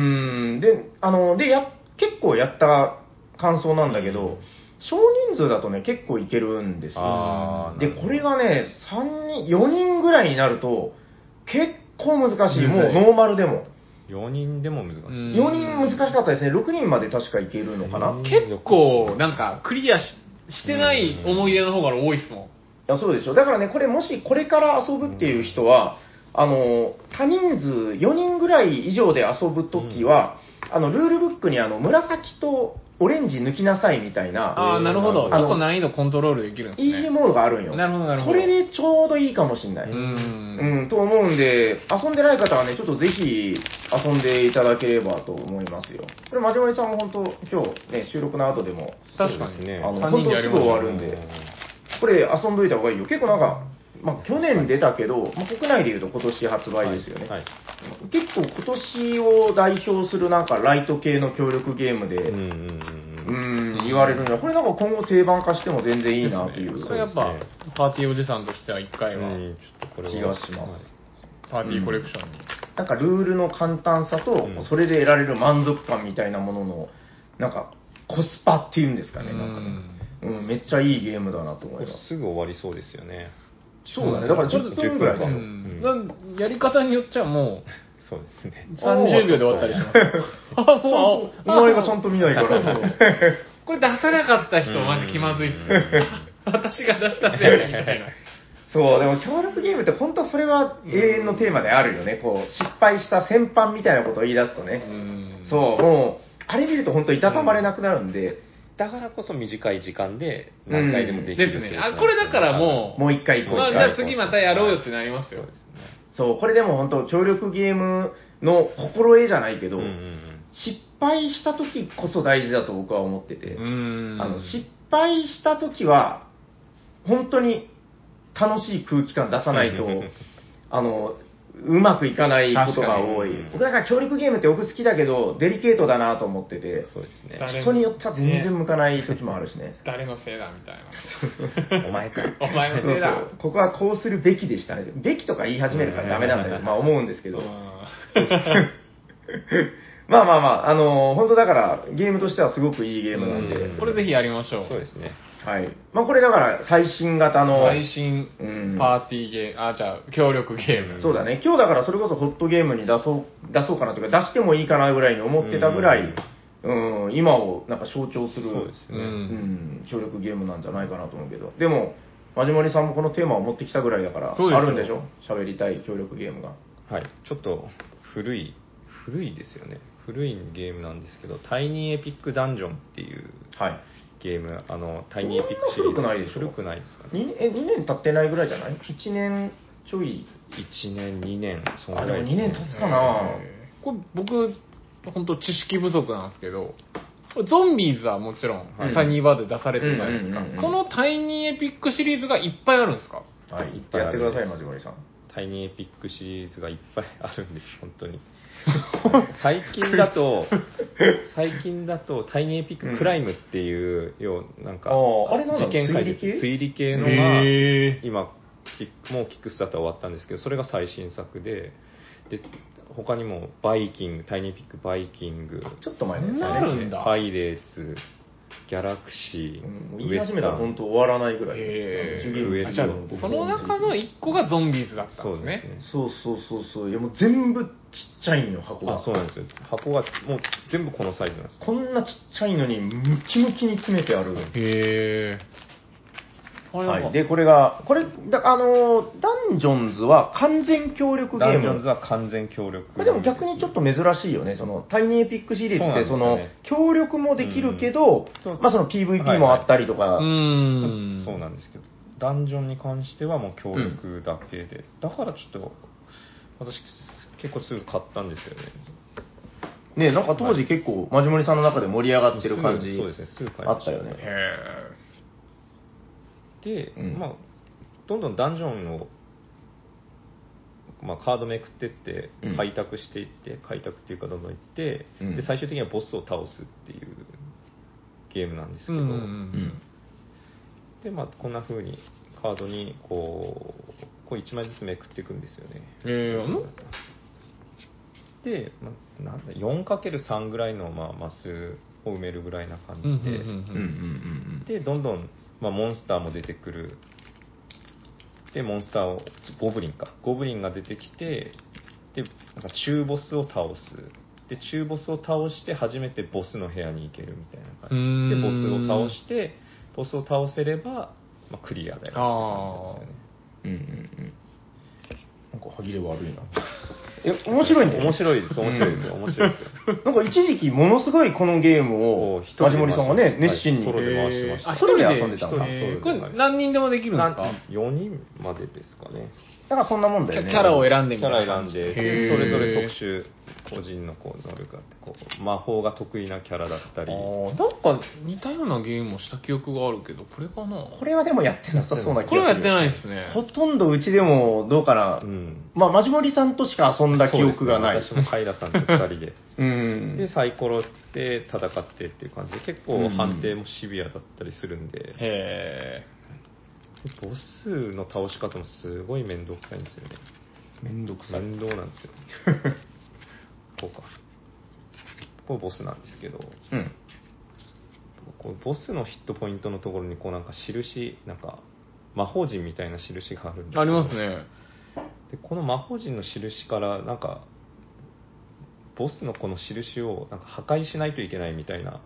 で、結構やった感想なんだけど、少人数だとね、結構いけるんですよ。で、これがね、4人ぐらいになると、結構難しい。もうノーマルでも。 4人でも難しい。 4人難しかったですね。6人まで確かいけるのかな。 結構、なんか、クリアしてない思い出の方が多いっすもん。 いや、そうでしょ。だからね、これもしこれから遊ぶっていう人は、多人数4人ぐらい以上で遊ぶときは、ルールブックに紫とオレンジ抜きなさいみたいな。 なるほど。ちょっと難易度コントロールできるんですね。 イージーモードがあるんよ。 なるほど。 それでちょうどいいかもしれない。と思うんで、遊んでない方はね、ちょっとぜひ遊んでいただければと思いますよ。これ、まじまりさんも本当、今日ね、収録の後でも、 確かにね、 本当すぐ終わるんで、これ遊んどいた方がいいよ。結構なんか、去年出たけど、国内でいうと今年発売ですよね。結構今年を代表するなんかライト系の協力ゲームで、言われるのは、これなんか今後定番化しても全然いいなという。 それやっぱ、パーティーおじさんとしては一回は、 気がします。 パーティーコレクションに。 なんかルールの簡単さと、それで得られる満足感みたいなものの、なんかコスパっていうんですかね、なんかね。めっちゃいいゲームだなと思います。 すぐ終わりそうですよね。 そうだね。だから10分ぐらいか。 やり方によっちゃもう、 そうですね。 30秒で終わったりします。 お前がちゃんと見ないから。 これ出さなかった人、マジ気まずいっす。私が出したせいで、みたいな。 そう、でも協力ゲームって本当それは永遠のテーマであるよね。こう、失敗した戦犯みたいなことを言い出すとね。そう、もう、あれ見ると本当いたたまれなくなるんで、 だからこそ短い時間で何回でもできるですね。これだからもう一回行こう。 じゃあ次またやろうよってなりますよ。 そう、これでも本当協力ゲームの心得じゃないけど、失敗した時こそ大事だと僕は思ってて、失敗した時は本当に楽しい空気感出さないとうまくいかないことが多い。僕だから協力ゲームって僕好きだけど、デリケートだなと思ってて、 そうですね。 人によっては全然向かない時もあるしね。 誰のせいだみたいな。お前か。 お前のせいだ。 そうここはこうするべきでしたね。べきとか言い始めるからダメなんだけど、思うんですけど。本当だからゲームとしてはすごくいいゲームなんで。 これぜひやりましょう。 そうですね。 はい。これだから最新型の。 最新パーティーゲーム、じゃあ協力ゲーム。 そうだね。今日だからそれこそホットゲームに出そうかなというか、出してもいいかなぐらいに思ってたぐらい、今をなんか象徴する、協力ゲームなんじゃないかなと思うけど。でも、まじまりさんもこのテーマを持ってきたぐらいだから、あるんでしょ？喋りたい協力ゲームが。 はい。ちょっと古いですよね。古いゲームなんですけど、タイニーエピックダンジョンっていう、ゲーム、タイニーエピックシリーズ。 古くないでしょ？ 古くないですかね。 2年経ってないぐらいじゃない？ 1 年ちょい。 1年、2年、 そのぐらい。でも2年経つかな。 これ僕、本当知識不足なんですけど、ゾンビーズはもちろん、サニーバーで出されてるじゃないですか。このタイニーエピックシリーズがいっぱいあるんですか？ はい、いっぱいやってください、まじまりさん。 タイニーエピックシリーズがいっぱいあるんです、本当に。最近だとタイニーエピッククライムっていうようなんか事件解決推理系のが今もうキックスターター終わったんですけど、それが最新作で他にもバイキング、タイニーエピックバイキング、 ちょっと前のやつあるんだ、 パイレーツ、 ギャラクシー、 言い始めたら本当終わらないぐらい。 じゃあ、その中の1個がゾンビーズだったんですね。 そう。いやもう全部ちっちゃいの、箱が。 そうなんですよ。箱がもう全部このサイズなんです。 こんなちっちゃいのにムキムキに詰めてある。 へはい。で、これ、ダンジョンズは完全協力ゲーム。 ダンジョンズは完全協力ゲーム。 でも逆にちょっと珍しいよね。その、タイニーエピックシリーズって、協力もできるけど、その PVP もあったりとか。 そうなんですけど、ダンジョンに関してはもう協力だけで。だからちょっと、私結構すぐ買ったんですよね。 ね、なんか当時結構、マジモリさんの中で盛り上がってる感じ、 そうですね、すぐ買いあました。 ったよね。 で、どんどんダンジョンを、カードめくってって、開拓していって、開拓っていうかどんどんいって、で、最終的にはボスを倒すっていうゲームなんですけど、で、こんな風にカードに、こう1枚ずつめくっていくんですよね。で、4×3 ぐらいのマスを埋めるぐらいな感じで、で、どんどん、モンスターも出てくる。で、モンスターを、ゴブリンが出てきて、で、なんか中ボスを倒す。で、中ボスを倒して初めてボスの部屋に行けるみたいな感じで、ボスを倒して、ボスを倒せれば、クリアだよって感じですよね。 なんか歯切れ悪いな。面白いんだよ。 面白いですよ。 なんか一時期ものすごいこのゲームを、マジモリさんがね、熱心に。 ソロで回してました。 ソロで遊んでたんだ。 これ何人でもできるんですか？ 4人までですかね。 だからそんなもんだよね。 キャラを選んでみたいな。 キャラ選んで、それぞれ特殊、個人の能力があって、魔法が得意なキャラだったり。 なんか似たようなゲームをした記憶があるけど、これかな？ これはでもやってなさそうな気がする。 これはやってないですね。 ほとんどうちでもどうかな。マジモリさんとしか遊んだ記憶がない。 私もカイラさんと2人で。で、サイコロして戦ってっていう感じで、結構判定もシビアだったりするんで。ボスの倒し方もすごい面倒くさいんですよね。面倒なんですよ。これボスなんですけど、こうボスのヒットポイントのところになんか印、なんか魔法陣みたいな印があるんですよ。 ありますね。 で、この魔法陣の印からなんかボスのこの印をなんか破壊しないといけないみたいな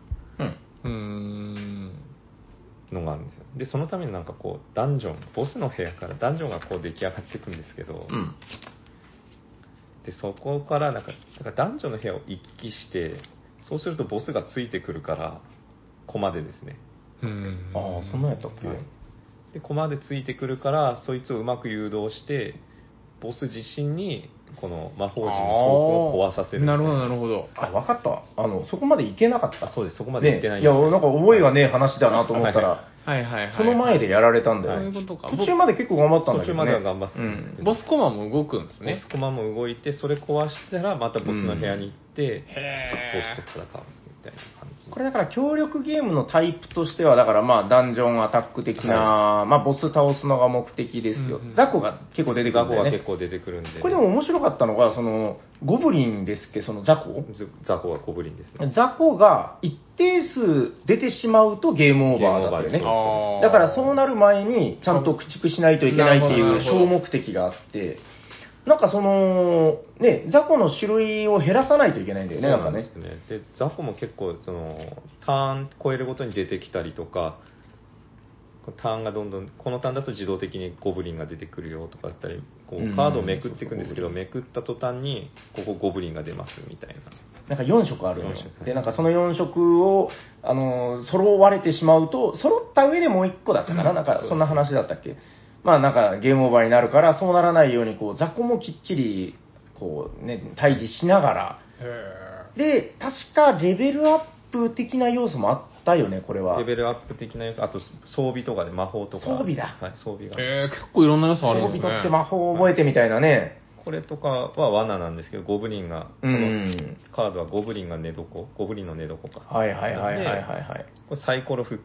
のがあるんですよ。で、そのためになんかダンジョン、ボスの部屋からダンジョンが出来上がっていくんですけど、で、そこからなんかダンジョンの部屋を一気して、そうするとボスがついてくるから、コマでですね。 そんなんやったっけ？ で、コマでついてくるから、そいつをうまく誘導して、ボス自身にこの魔法陣のトークンを壊させる。 なるほど。 わかった。そこまでいけなかった。 そうです、そこまでいってないんです。いや、なんか覚えがねえ話だなと思ったら、その前でやられたんだよ。 そういうことか。 途中まで結構頑張ったんだけどね。 途中までは頑張ってたんですけど。 ボスコマも動くんですね。 ボスコマも動いて、それ壊したらまたボスの部屋に行って、ボスと戦うみたいな感じ。 これだから協力ゲームのタイプとしては、だからダンジョンアタック的な、ボス倒すのが目的ですよ。ザコが結構出てくるんだよね。 ザコが結構出てくるんで。 これでも面白かったのが、ゴブリンですっけ、ザコザコがゴブリンですね。 ザコが一定数出てしまうとゲームオーバーだったよね。だからそうなる前にちゃんと駆逐しないといけないっていう小目的があって、なんかザコの種類を減らさないといけないんだよね、なんかね。 で、ザコも結構、ターン超えるごとに出てきたりとか、ターンがどんどん、このターンだと自動的にゴブリンが出てくるよとかだったり、カードをめくっていくんですけど、めくった途端に、ここゴブリンが出ますみたいな。 なんか4色あるのよ。で、なんかその4色を、揃われてしまうと、揃った上でもう1個だったかな、なんかそんな話だったっけ。なんかゲームオーバーになるから、そうならないように、ザコもきっちり、対峙しながら。で、確かレベルアップ的な要素もあったよね、これは。 レベルアップ的な要素、あと装備とかで魔法とか。 装備だ。 はい、装備が。 結構いろんな要素あるんですね。 装備取って魔法を覚えてみたいなね。 これとかは罠なんですけど、ゴブリンが、このカードはゴブリンが寝床、ゴブリンの寝床か。 はい。 これサイコロ振って、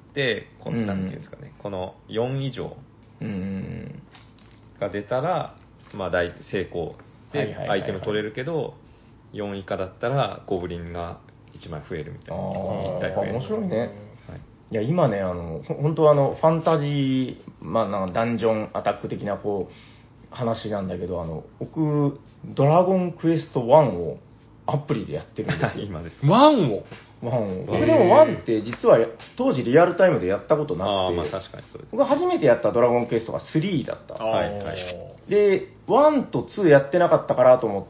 なんていうんですかね、この4以上が出たら、大成功でアイテム取れるけど、4以下だったらゴブリンが1枚増えるみたいな。1体増える。 面白いね。 いや、今ね、本当ファンタジー、まあ、なんかダンジョンアタック的な、こう、話なんだけど、僕、ドラゴンクエスト1をアプリでやってるんですよ。 今です。 ワンを 1を。僕でも1って実は当時リアルタイムでやったことなああ、 くて、 まあ確かにそうです。 僕初めてやったドラゴンクエストが3だった。 はいはいで、1と2やってなかったからと思って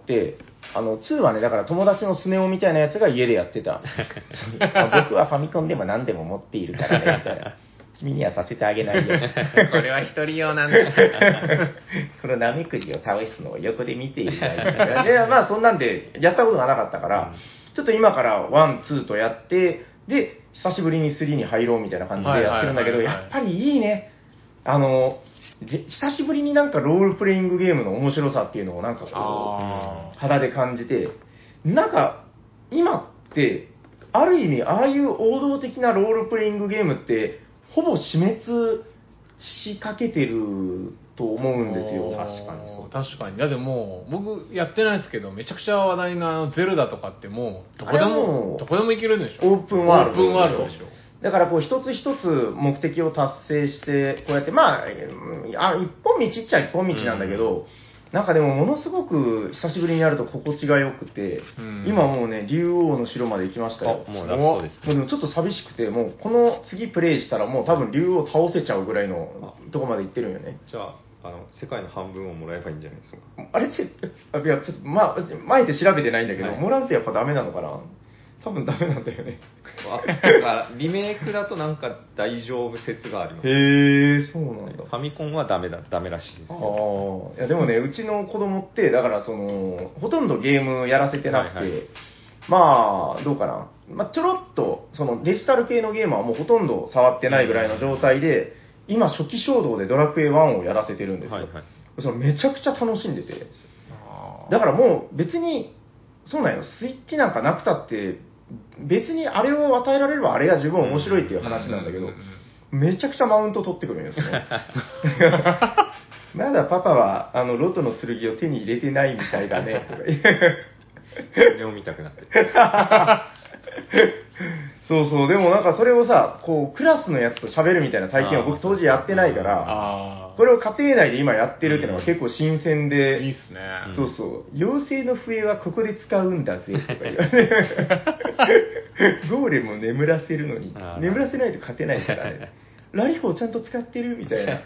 、2はね、だから友達のスネ夫みたいなやつが家でやってた。僕はファミコンでも何でも持っているからね、みたいな。君にはさせてあげないよ。 これは一人用なんだ。 このナメクジを倒すのを横で見ているから。で、まあそんなんでやったことがなかったから、ちょっと今から1、2とやって、で、久しぶりに3に入ろうみたいな感じでやってるんだけど、やっぱりいいね。久しぶりになんかロールプレイングゲームの面白さっていうのをなんかこう、肌で感じて、なんか、今って、ある意味、ああいう王道的なロールプレイングゲームって、ほぼ死滅しかけてると思うんですよ。 確かにそう。 確かに。だってもう、僕やってないですけど、めちゃくちゃ話題なゼルダとかってもう、どこでも行けるんでしょ。 オープンワールド。 オープンワールドでしょ。 だからこう一つ一つ目的を達成して、こうやって、まあ、一本道っちゃ一本道なんだけど、なんかでもものすごく久しぶりにやると心地が良くて、今もうね、竜王の城まで行きましたよ。 もうラストです、 ね。もうでもちょっと寂しくて、もうこの次プレイしたらもう多分竜王倒せちゃうぐらいのとこまで行ってるんよね。 じゃあ、世界の半分をもらえばいいんじゃないですか。 あれって、いや、ちょっと、まあ、前で調べてないんだけど、もらうとやっぱダメなのかな。多分ダメなんだよね。 だからリメイクだとなんか大丈夫説があります。 へえ、そうなんだ。 ファミコンはダメらしいです。 ああ、いやでもね、うちの子供って、だからほとんどゲームやらせてなくて、まあ、どうかな。まあ、ちょろっと、デジタル系のゲームはもうほとんど触ってないぐらいの状態で、今初期衝動でドラクエ1をやらせてるんですよ。それめちゃくちゃ楽しんでて。だからもう別に、そうなんよ、スイッチなんかなくたって、別にあれを与えられればあれが十分面白いっていう話なんだけど、めちゃくちゃマウント取ってくるんですね。まだパパはロトの剣を手に入れてないみたいだね、とか言う。 それを見たくなってる。 そうそう、でもなんかそれをさ、こう、クラスのやつと喋るみたいな体験を僕当時やってないから、これを家庭内で今やってるっていうのが結構新鮮で、 いいっすね。 そうそう、妖精の笛はここで使うんだぜ、とか言われて、ゴーレムを眠らせるのに、眠らせないと勝てないからね、ラリフォーちゃんと使ってるみたいな。い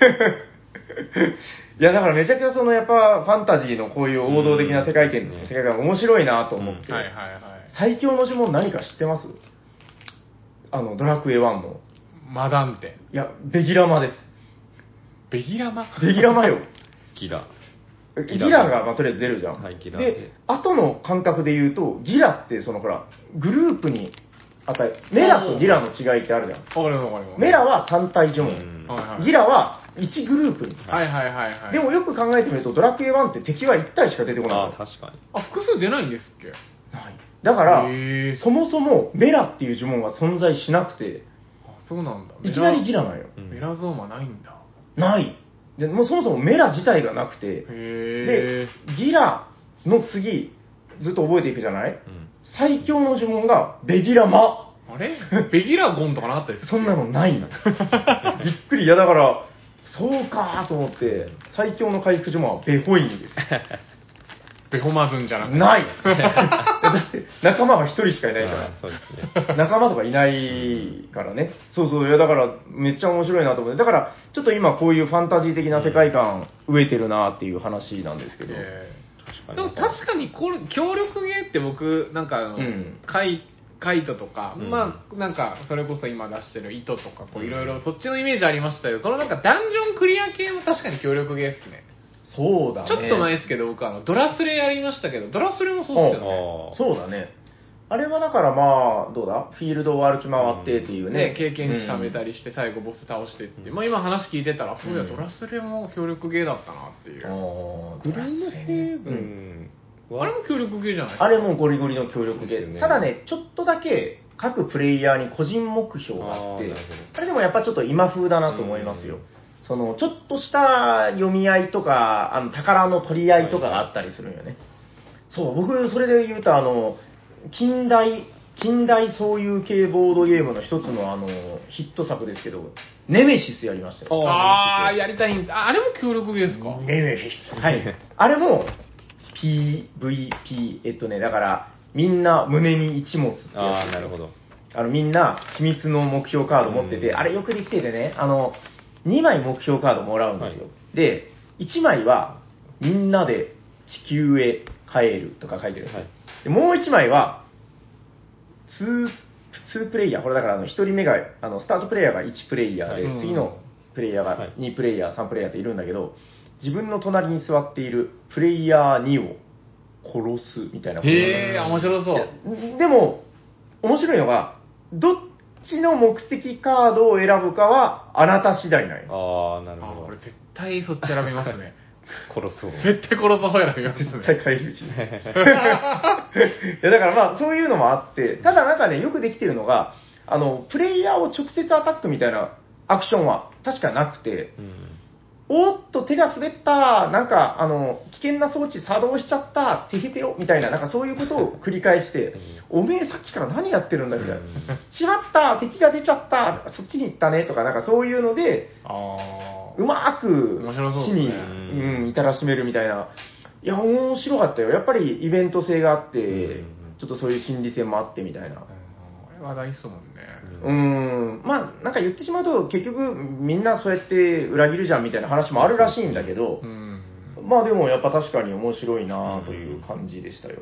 や、だからめちゃくちゃやっぱファンタジーのこういう王道的な世界観面白いなと思って、最強の呪文何か知ってます？ドラクエ1の。 マダンテ。 いや、ベギラマです。 ベギラマよ。 ギラが、まあ、とりあえず出るじゃん。 はい、ギラ。 で、後の感覚で言うと、ギラって、ほら、グループにメラとギラの違いってあるじゃん。 わかります。 メラは単体呪文。ギラは1グループに。でもよく考えてみると、ドラクエ1って敵は1体しか出てこない。 あ、確かに。 複数出ないんですっけ？ ない。だから、そもそもメラっていう呪文が存在しなくて、 そうなんだ。 いきなりギラなんよ。 メラゾーマないんだ。 ない。でもうそもそもメラ自体がなくて、で、ギラの次、ずっと覚えていくじゃない、最強の呪文がベギラマ。 あれベギラゴンとかなかったですか？ そんなのないの。びっくり。いやだから、そうかと思って、最強の回復呪文はベホインです。 ベホマズンじゃなくて。 ない。だって仲間が一人しかいないから。 そうですね。 仲間とかいないからね。そうそう。いやだからめっちゃ面白いなと思って。だからちょっと今こういうファンタジー的な世界観飢えてるなっていう話なんですけど。 でも確かに協力ゲーって僕なんかカイトとか、まあなんかそれこそ今出してる糸とかこういろいろそっちのイメージありましたけど、このなんかダンジョンクリア系も確かに協力ゲーですね。 そうだね。 ちょっと前ですけど僕ドラスレやりましたけど、ドラスレもそうですよね。 そうだね。あれはだからまあどうだ、フィールドを歩き回ってっていうね、 経験値貯めたりして最後ボス倒してって、まあ今話聞いてたらそういやドラスレも協力ゲーだったなっていう。 グルームヘイブンあれも協力ゲーじゃないですか？あれもゴリゴリの協力ゲー、ただね、ちょっとだけ各プレイヤーに個人目標があって、あれでもやっぱちょっと今風だなと思いますよ。ちょっとした読み合いとか、宝の取り合いとかがあったりするんよね。そう、僕、それで言うと、近代近代そういう系ボードゲームの一つのヒット作ですけど、ネメシスやりましたよ。 あー、やりたいんだ。あれも協力ゲーですか？ ネメシス。はい。あれも、PVP、だから、みんな胸に一物ってやつですよ。 ああ、なるほど。 みんな秘密の目標カード持ってて、あれよくできててね、2枚目標カードもらうんですよ。はい、で、1枚は、みんなで地球へ帰るとか書いてるんですよ。はい、でもう1枚は、2プレイヤー、これだから1人目が、スタートプレイヤーが1プレイヤーで、はい、次のプレイヤーが2プレイヤー、3プレイヤーっているんだけど、自分の隣に座っているプレイヤー2を殺すみたいなこと。 へー、面白そう。 でも、面白いのが、どっちの目的カードを選ぶかはあなた次第なんよ。 ああ、なるほど。 これ絶対そっち選びますね。 殺そう。 絶対殺そう選びますね。 絶対回避し。いや、だからまあ、そういうのもあって、ただなんかね、よくできてるのが、プレイヤーを直接アタックみたいなアクションは確かなくて、おっと手が滑った、なんか危険な装置作動しちゃった、テヘペロみたいな、なんかそういうことを繰り返して、おめえさっきから何やってるんだみたいな、しまった、敵が出ちゃった、そっちに行ったねとか、なんかそういうので、うまく死に、至らしめるみたいな。いや、面白かったよ。やっぱりイベント性があって、ちょっとそういう心理戦もあってみたいな。 あれ話題っすもんね。 まあ、なんか言ってしまうと、結局、みんなそうやって裏切るじゃんみたいな話もあるらしいんだけど、まあでもやっぱ確かに面白いなという感じでしたよ。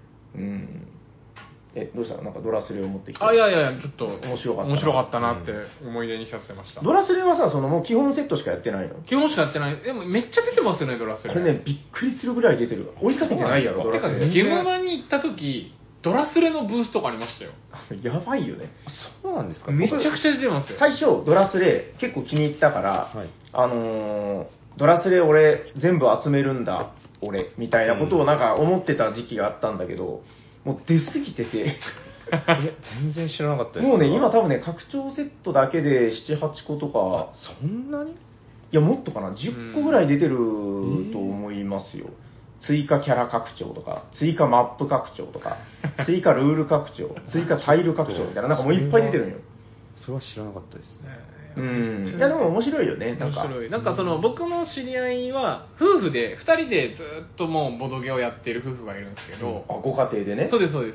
どうしたの？なんかドラスレを持ってきて。 いや、ちょっと面白かったなって思い出にさせてました。 ドラスレはさ、もう基本セットしかやってないの？ 基本しかやってない。でもめっちゃ出てますよね、ドラスレ。 これね、びっくりするぐらい出てる。追いかけてないやろ、ドラスレ。 ゲムマに行った時、ドラスレのブースとかありましたよ。 やばいよね。 そうなんですか？ めちゃくちゃ出てますよ。 最初、ドラスレ結構気に入ったから、はい、ドラスレ俺全部集めるんだ、俺、みたいなことをなんか思ってた時期があったんだけど、もう出過ぎてて、 全然知らなかったです。 もうね、今多分ね、拡張セットだけで7、8個とか、 そんなに？ いや、もっとかな、10個ぐらい出てると思いますよ。追加キャラ拡張とか、追加マップ拡張とか、追加ルール拡張、追加タイル拡張みたいな、なんかもういっぱい出てるんよ。 それは知らなかったですね。 いやでも面白いよね、なんか。 面白い。なんか僕の知り合いは、夫婦で、2人でずっともうボドゲをやってる夫婦がいるんですけど、 ご家庭でね。 そうです、そうです。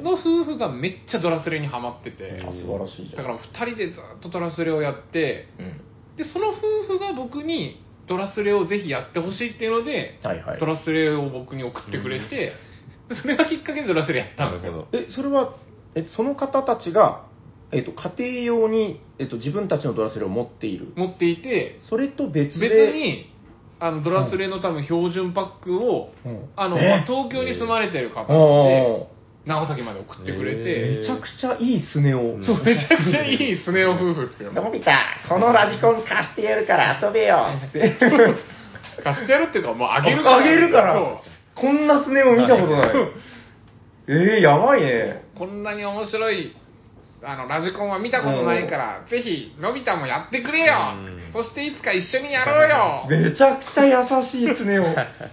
の夫婦がめっちゃドラスレにハマってて、 素晴らしいじゃん。 だから2人でずっとドラスレをやって、で、その夫婦が僕に、ドラスレをぜひやってほしいっていうので、ドラスレを僕に送ってくれて、それがきっかけでドラスレやったんですよ。 それは、その方たちが、家庭用に、自分たちのドラスレを持っている。 持っていて、 それと別に、ドラスレの多分標準パックを、東京に住まれてる方で、長崎まで送ってくれて、 めちゃくちゃいいスネ夫。 そう、めちゃくちゃいいスネ夫夫婦ですよ。 のび太、このラジコン貸してやるから遊べよって。 貸してやるっていうか、もうあげるから。 あげるから。こんなスネ夫見たことない。やばいね。 こんなに面白い、ラジコンは見たことないから、ぜひ、のび太もやってくれよ。そしていつか一緒にやろうよ。 めちゃくちゃ優しいスネ夫。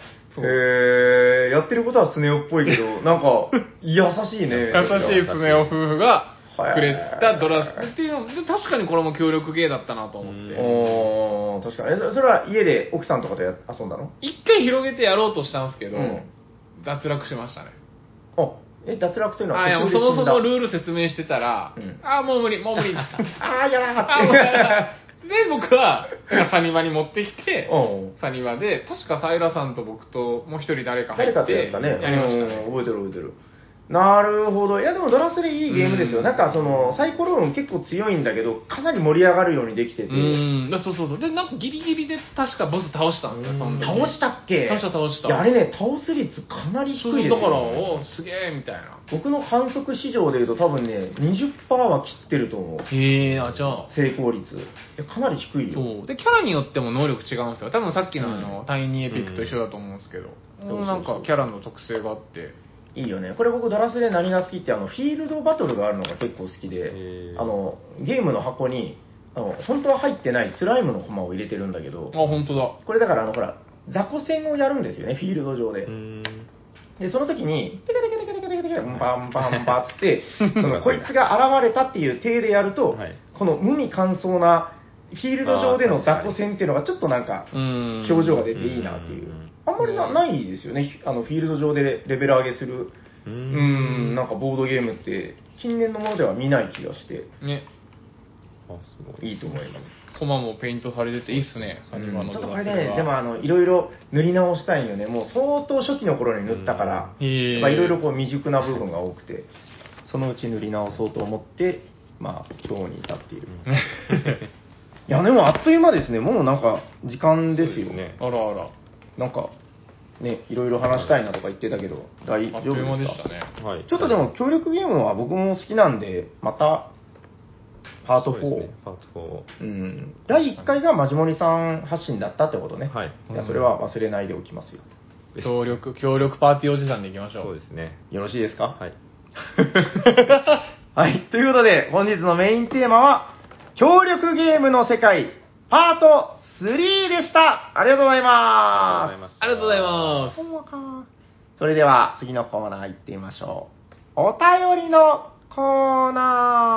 やってることはスネ夫っぽいけど、なんか、優しいね。 優しいスネ夫夫婦がくれたドラスっていうの、確かにこれも協力ゲーだったなと思って。 確かに。それは家で奥さんとかと遊んだの？ 一回広げてやろうとしたんですけど、脱落しましたね。 脱落というのはそもそもルール説明してたら、もう無理。 やだで、僕は、サニバに持ってきて、サニバで、確かサイラさんと僕ともう一人誰か入って、 やったね。 やりましたね。 覚えてる。なるほど。いやでもドラスレいいゲームですよ。なんかサイコロ運結構強いんだけど、かなり盛り上がるようにできてて。 そう。で、なんかギリギリで確かボス倒したんですよ、その時。 倒したっけ？ 倒した。 いや、あれね、倒す率かなり低いですよ、ね。 だから、すげえみたいな。 僕の反則市場でいうと多分ね、20% は切ってると思う。 じゃあ。 成功率。かなり低いよ。 そう。で、キャラによっても能力違うんですよ。多分さっきのタイニーエピックと一緒だと思うんですけど。なんかキャラの特性があって。 いいよね。これ僕ドラスレ何が好きってフィールドバトルがあるのが結構好きで、ゲームの箱に本当は入ってないスライムのコマを入れてるんだけど、 本当だ。 これだからほら雑魚戦をやるんですよね、フィールド上で。でその時にテカテカテカテカテカテ的には、バンバンバンつって、こいつが現れたっていう体でやると、この無味乾燥な、フィールド上での雑魚戦っていうのがちょっとなんか、表情が出ていいなっていう。あんまりないですよね、フィールド上でレベル上げする、なんかボードゲームって、近年のものでは見ない気がして、ね。すごいいいと思います。 コマもペイントされてていいっすね、 ちょっとこれね、でもいろいろ塗り直したいんよね。もう相当初期の頃に塗ったから、いろいろこう未熟な部分が多くて、そのうち塗り直そうと思って、まあ、今日に至っている。いや、でもあっという間ですね。もうなんか、時間ですよね。 あらあら。 なんか、ね、いろいろ話したいなとか言ってたけど、大丈夫ですか？あっという間でしたね。はい。ちょっとでも、協力ゲームは僕も好きなんで、また、パート4。ね、パート4。うん。第1回がマジモリさん発信だったってことね。はい。じゃあ、それは忘れないでおきますよ。 協力パーティーおじさんでいきましょう。 そうですね。 よろしいですか？ はい。 はい。ということで、本日のメインテーマは、協力ゲームの世界、パート3でした。ありがとうございます。 ありがとうございます。 それでは、次のコーナー行ってみましょう。お便りのコーナ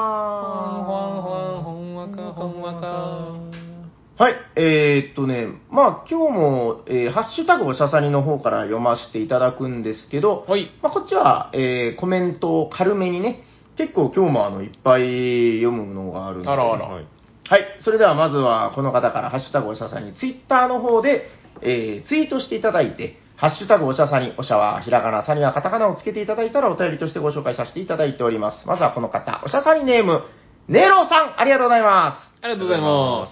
ー。ほんわか。はい。まあ今日も、ハッシュタグおしゃさにの方から読ませていただくんですけど、はい。まあこっちは、コメントを軽めにね、結構今日もいっぱい読むのがあるので。 あらあら。 はい。それではまずはこの方からハッシュタグおしゃさにツイッターの方で、ツイートしていただいて、ハッシュタグおしゃさに、おしゃはひらがな、さにはカタカナをつけていただいたらお便りとしてご紹介させていただいております。まずはこの方、おしゃさにネーム、ネロさん、ありがとうございます。 ありがとうございます。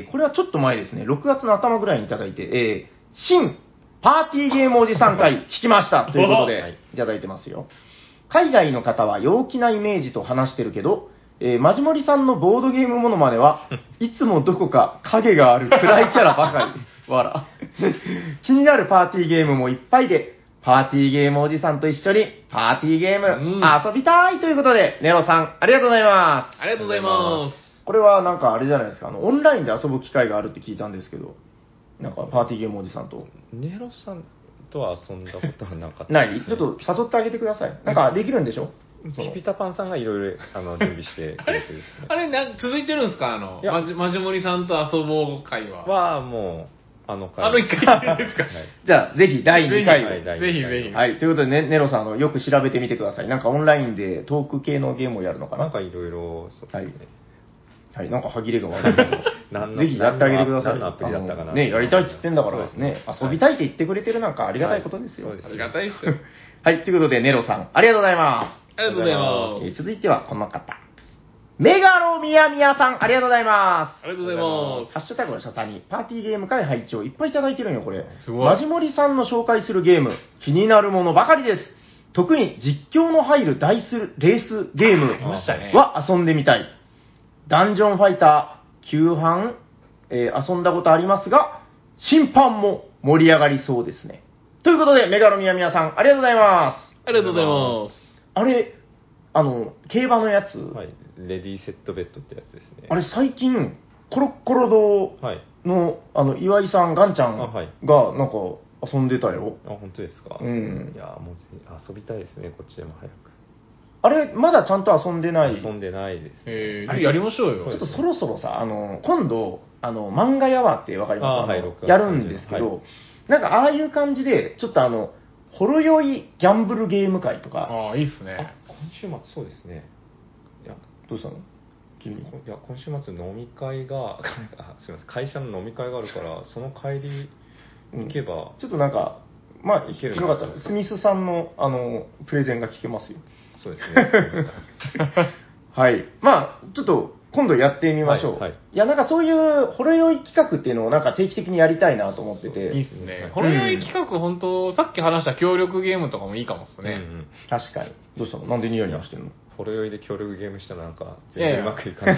これはちょっと前ですね、6月の頭ぐらいにいただいて、新パーティーゲームおじさん会聞きましたということでいただいてますよ。海外の方は陽気なイメージと話してるけど、マジモリさんのボードゲームモノマネはいつもどこか影がある暗いキャラばかり。わら。気になるパーティーゲームもいっぱいで、パーティーゲームおじさんと一緒にパーティーゲーム遊びたいということで、ネロさんありがとうございます。 ありがとうございます。 これはなんかあれじゃないですか、オンラインで遊ぶ機会があるって聞いたんですけど、なんかパーティーゲームおじさんと。 ネロさんとは遊んだことはなかった、 ない？ちょっと誘ってあげてください。なんかできるんでしょ？ ピピタパンさんがいろいろ準備してくれてるですね。 あれ続いてるんですか？マジモリさんと遊ぼう会は。 はもう、 1回ですか？はい、 じゃあ、ぜひ第2回を。 ぜひぜひ。 はい。ということで、ネロさん、よく調べてみてください。なんかオンラインでトーク系のゲームをやるのかな？ なんかいろいろ、そうですね。 はい、なんか歯切れが悪いけど、ぜひやってあげてください。 何のアプリだったかな。 ね、やりたいって言ってんだからですね、遊びたいって言ってくれてるなんかありがたいことですよ。 ありがたいですよ。 はい、ということで、ネロさん、ありがとうございます。 ありがとうございます。 続いてはこの方。メガロミヤミヤさん、ありがとうございます。 ありがとうございます。 ハッシュタグの社さんに、パーティーゲーム会拝聴いっぱいいただいてるんよ、これ。すごい。マジモリさんの紹介するゲーム、気になるものばかりです。特に実況の入るレースゲームは遊んでみたい。ダンジョンファイター、旧版、遊んだことありますが、審判も盛り上がりそうですね。ということで、メガロミヤミヤさん、ありがとうございます。 ありがとうございます。 あれ、競馬のやつ、 はい、レディーセットベッドってやつですね。 あれ最近、コロッコロ堂の、岩井さん、ガンちゃんが、なんか遊んでたよ。 本当ですか？ うん。 いや、もう遊びたいですね、こっちでも早く。 あれ、まだちゃんと遊んでない？ 遊んでないです、 ね。やりましょうよ。 ちょっとそろそろさ、今度、漫画やわってわかりますか？やるんですけど、なんかああいう感じで、ちょっとほろ酔いギャンブルゲーム会とか。 ああ、いいっすね。 今週末そうですね。 いや、どうしたの？君。いや、今週末飲み会が、すみません、会社の飲み会があるから、その帰り行けば、 ちょっとなんか、まあ、よかったら、スミスさんの、プレゼンが聞けますよ。 そうですね。 はい。まあ、ちょっと、今度やってみましょう。いや、なんかそういうほろ酔い企画っていうのをなんか定期的にやりたいなと思ってて。 いいっすね。ほろ酔い企画、本当さっき話した協力ゲームとかもいいかもっすね。 確かに。どうしたの？なんでニヤニヤしてんの？ ほろ酔いで協力ゲームしたらなんか、全然うまくいかない。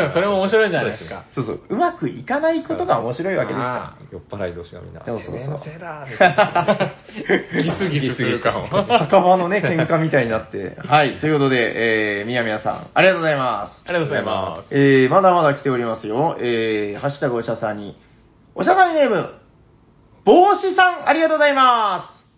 それも面白いじゃないですか。 そうそう。うまくいかないことが面白いわけですから。酔っ払い同士がみんな、 そうそうそう。 のせいだみたいな。 ギスするかも。 酒場のね、喧嘩みたいになって。はい。ということで、みやみやさん、ありがとうございます。 ありがとうございます。 まだまだ来ておりますよ。ハッシュタグおしゃさんに、おしゃさんネーム、帽子さん、ありがとうございます。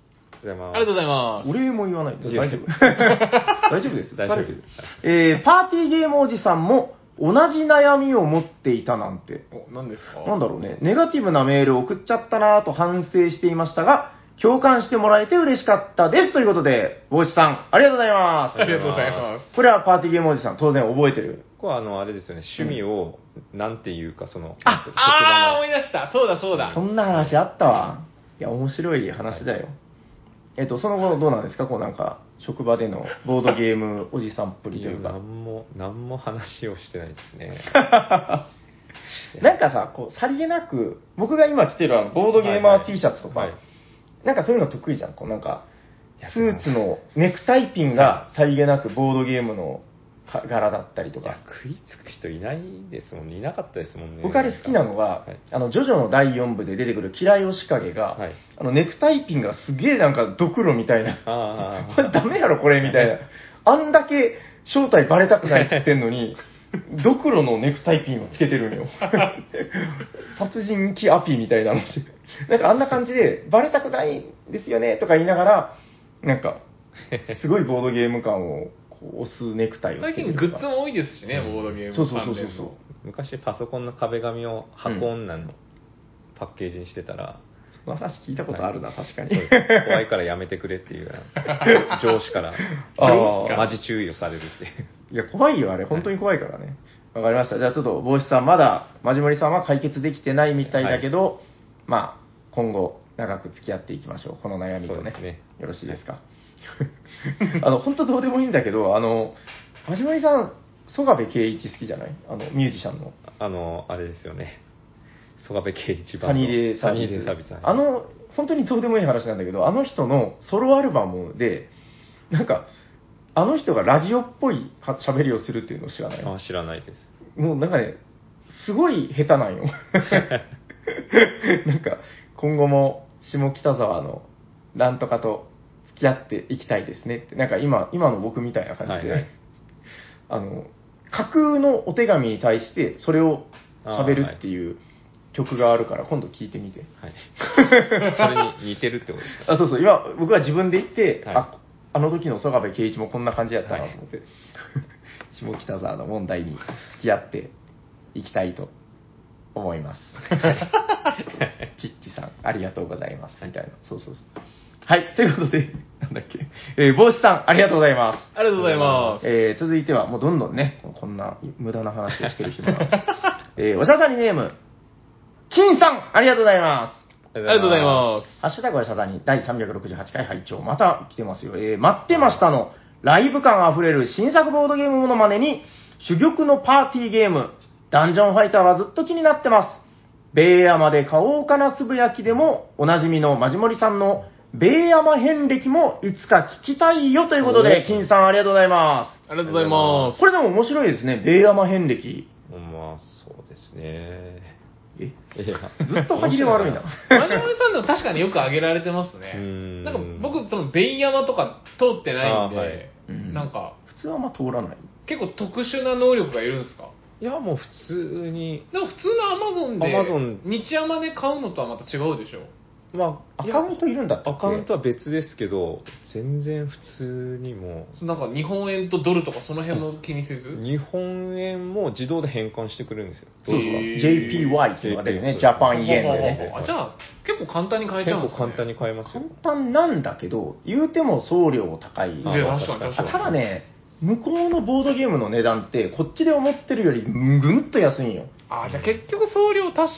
ございます。 ありがとうございます。 お礼も言わないと大丈夫。大丈夫です。 大丈夫疲れてる。パーティーゲームおじさんも同じ悩みを持っていたなんて。 何ですか？ なんだろうね。ネガティブなメールを送っちゃったなぁと反省していましたが、共感してもらえて嬉しかったです。ということで、帽子さん、ありがとうございます。 ありがとうございます。 これはパーティーゲームおじさん、当然覚えてる。 これはあれですよね、趣味を、なんていうか、 思い出した。そうだそうだ。 そんな話あったわ。いや、面白い話だよ。その後どうなんですかこうなんか、職場でのボードゲームおじさんっぷりというか。 何も話をしてないですね。 なんかさ、こう、さりげなく、僕が今着てるボードゲーマー T シャツとか、なんかそういうの得意じゃん。こうなんか、スーツのネクタイピンがさりげなくボードゲームの柄だったりとか。 食いつく人いないですもんね。いなかったですもんね。 僕あれ好きなのが、ジョジョの第4部で出てくるキラヨシカゲが、ネクタイピンがすげえなんかドクロみたいな。これダメやろこれみたいな。あんだけ正体バレたくないって言ってんのに、ドクロのネクタイピンをつけてるんよ。殺人鬼アピみたいなの。なんかあんな感じで、バレたくないんですよねとか言いながら、なんか、すごいボードゲーム感を押すネクタイをつけてる。 最近グッズも多いですしね、ボードゲームそう昔パソコンの壁紙を箱女のパッケージにしてたら、 その話聞いたことあるな、確かに。 怖いからやめてくれっていう上司からマジ注意をされるっていう。 いや、怖いよ、あれ。本当に怖いからね。わかりました。じゃあちょっと、帽子さん、まだ、マジモリさんは解決できてないみたいだけど、まあ、今後、長く付き合っていきましょう。この悩みとね。よろしいですか。本当どうでもいいんだけど、マジモリさん、曽我部圭一好きじゃないミュージシャンの。 あれですよね。曽我部圭一サニーデイサービス。本当にどうでもいい話なんだけど、あの人のソロアルバムで、なんか、あの人がラジオっぽい喋りをするっていうのを知らない？ 知らないです。 もうなんかね、すごい下手なんよ。なんか、今後も下北沢のなんとかと付き合っていきたいですねって、なんか今の僕みたいな感じで、架空のお手紙に対してそれを喋るっていう曲があるから今度聞いてみて。 それに似てるってことですか？ そうそう、今僕は自分で言って、あの時の曽我部圭一もこんな感じやったなと思って、下北沢の問題に付き合っていきたいと思います。チッチさん、ありがとうございます。みたいな。そう。はい、ということで、なんだっけ、帽子さん、ありがとうございます。 ありがとうございます。 続いては、もうどんどんね、こんな無駄な話をしてる暇が。おしゃさにネーム、金さん、ありがとうございます。 ありがとうございます。 ハッシュタグはシャザに第368回拝聴また来てますよ。待ってましたの、ライブ感あふれる新作ボードゲームものまねに、珠玉のパーティーゲーム、ダンジョンファイターはずっと気になってます。ベイヤマで買おうかなつぶやきでも、おなじみのマジモリさんのベイヤマ遍歴もいつか聞きたいよということで、金さんありがとうございます。 ありがとうございます。 これでも面白いですね、ベイヤマ遍歴。 まあ、そうですね。 ずっと歯切れ悪いな。 マジモリさんでも確かによく挙げられてますね。なんか僕、そのベイヤマとか通ってないんで、なんか、 普通はまあ通らない。 結構特殊な能力がいるんですか？ いや、もう普通に。 でも普通のアマゾンで、日山で買うのとはまた違うでしょ？ まあ、アカウントいるんだったっけ？ アカウントは別ですけど、全然普通にもなんか日本円とドルとかその辺も気にせず？ 日本円も自動で変換してくれるんですよ。 そうか。JPY っていうのが出るね。ジャパンイエンでね。 じゃあ、結構簡単に買えちゃうんですね。 結構簡単に買えますよ。 簡単なんだけど、言うても送料高い。 確かに。 ただね、向こうのボードゲームの値段って、こっちで思ってるよりぐんと安いんよ。 じゃあ結局送料足して、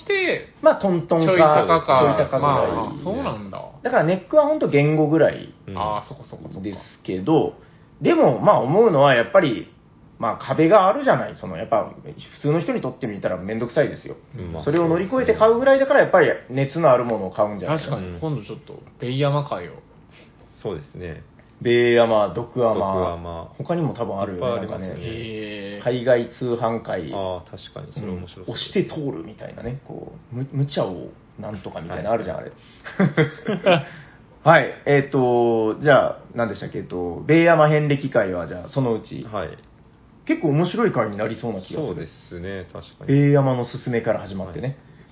まあトントンか、 ちょい高か。 ちょい高ぐらい。 まあ、そうなんだ。 だからネックは本当言語ぐらいそこですけど、でもまあ思うのはやっぱり、まあ壁があるじゃない。やっぱ普通の人にとってみたらめんどくさいですよ。それを乗り越えて買うぐらいだからやっぱり熱のあるものを買うんじゃないかな。確かに。今度ちょっと、ベイヤマ買いを。 そうですね。 ベイヤマ、ドクアマ、他にも多分あるよね。なんかね。 海外通販会。 確かに、それ面白そう。 押して通るみたいなね。こう、無茶をなんとかみたいなあるじゃん、あれ。はい。じゃあ、何でしたっけ、ベイヤマ遍歴会は、じゃあ、そのうち。 はい。 結構面白い会になりそうな気がする。 そうですね、確かに。 ベイヤマのすすめから始まってね。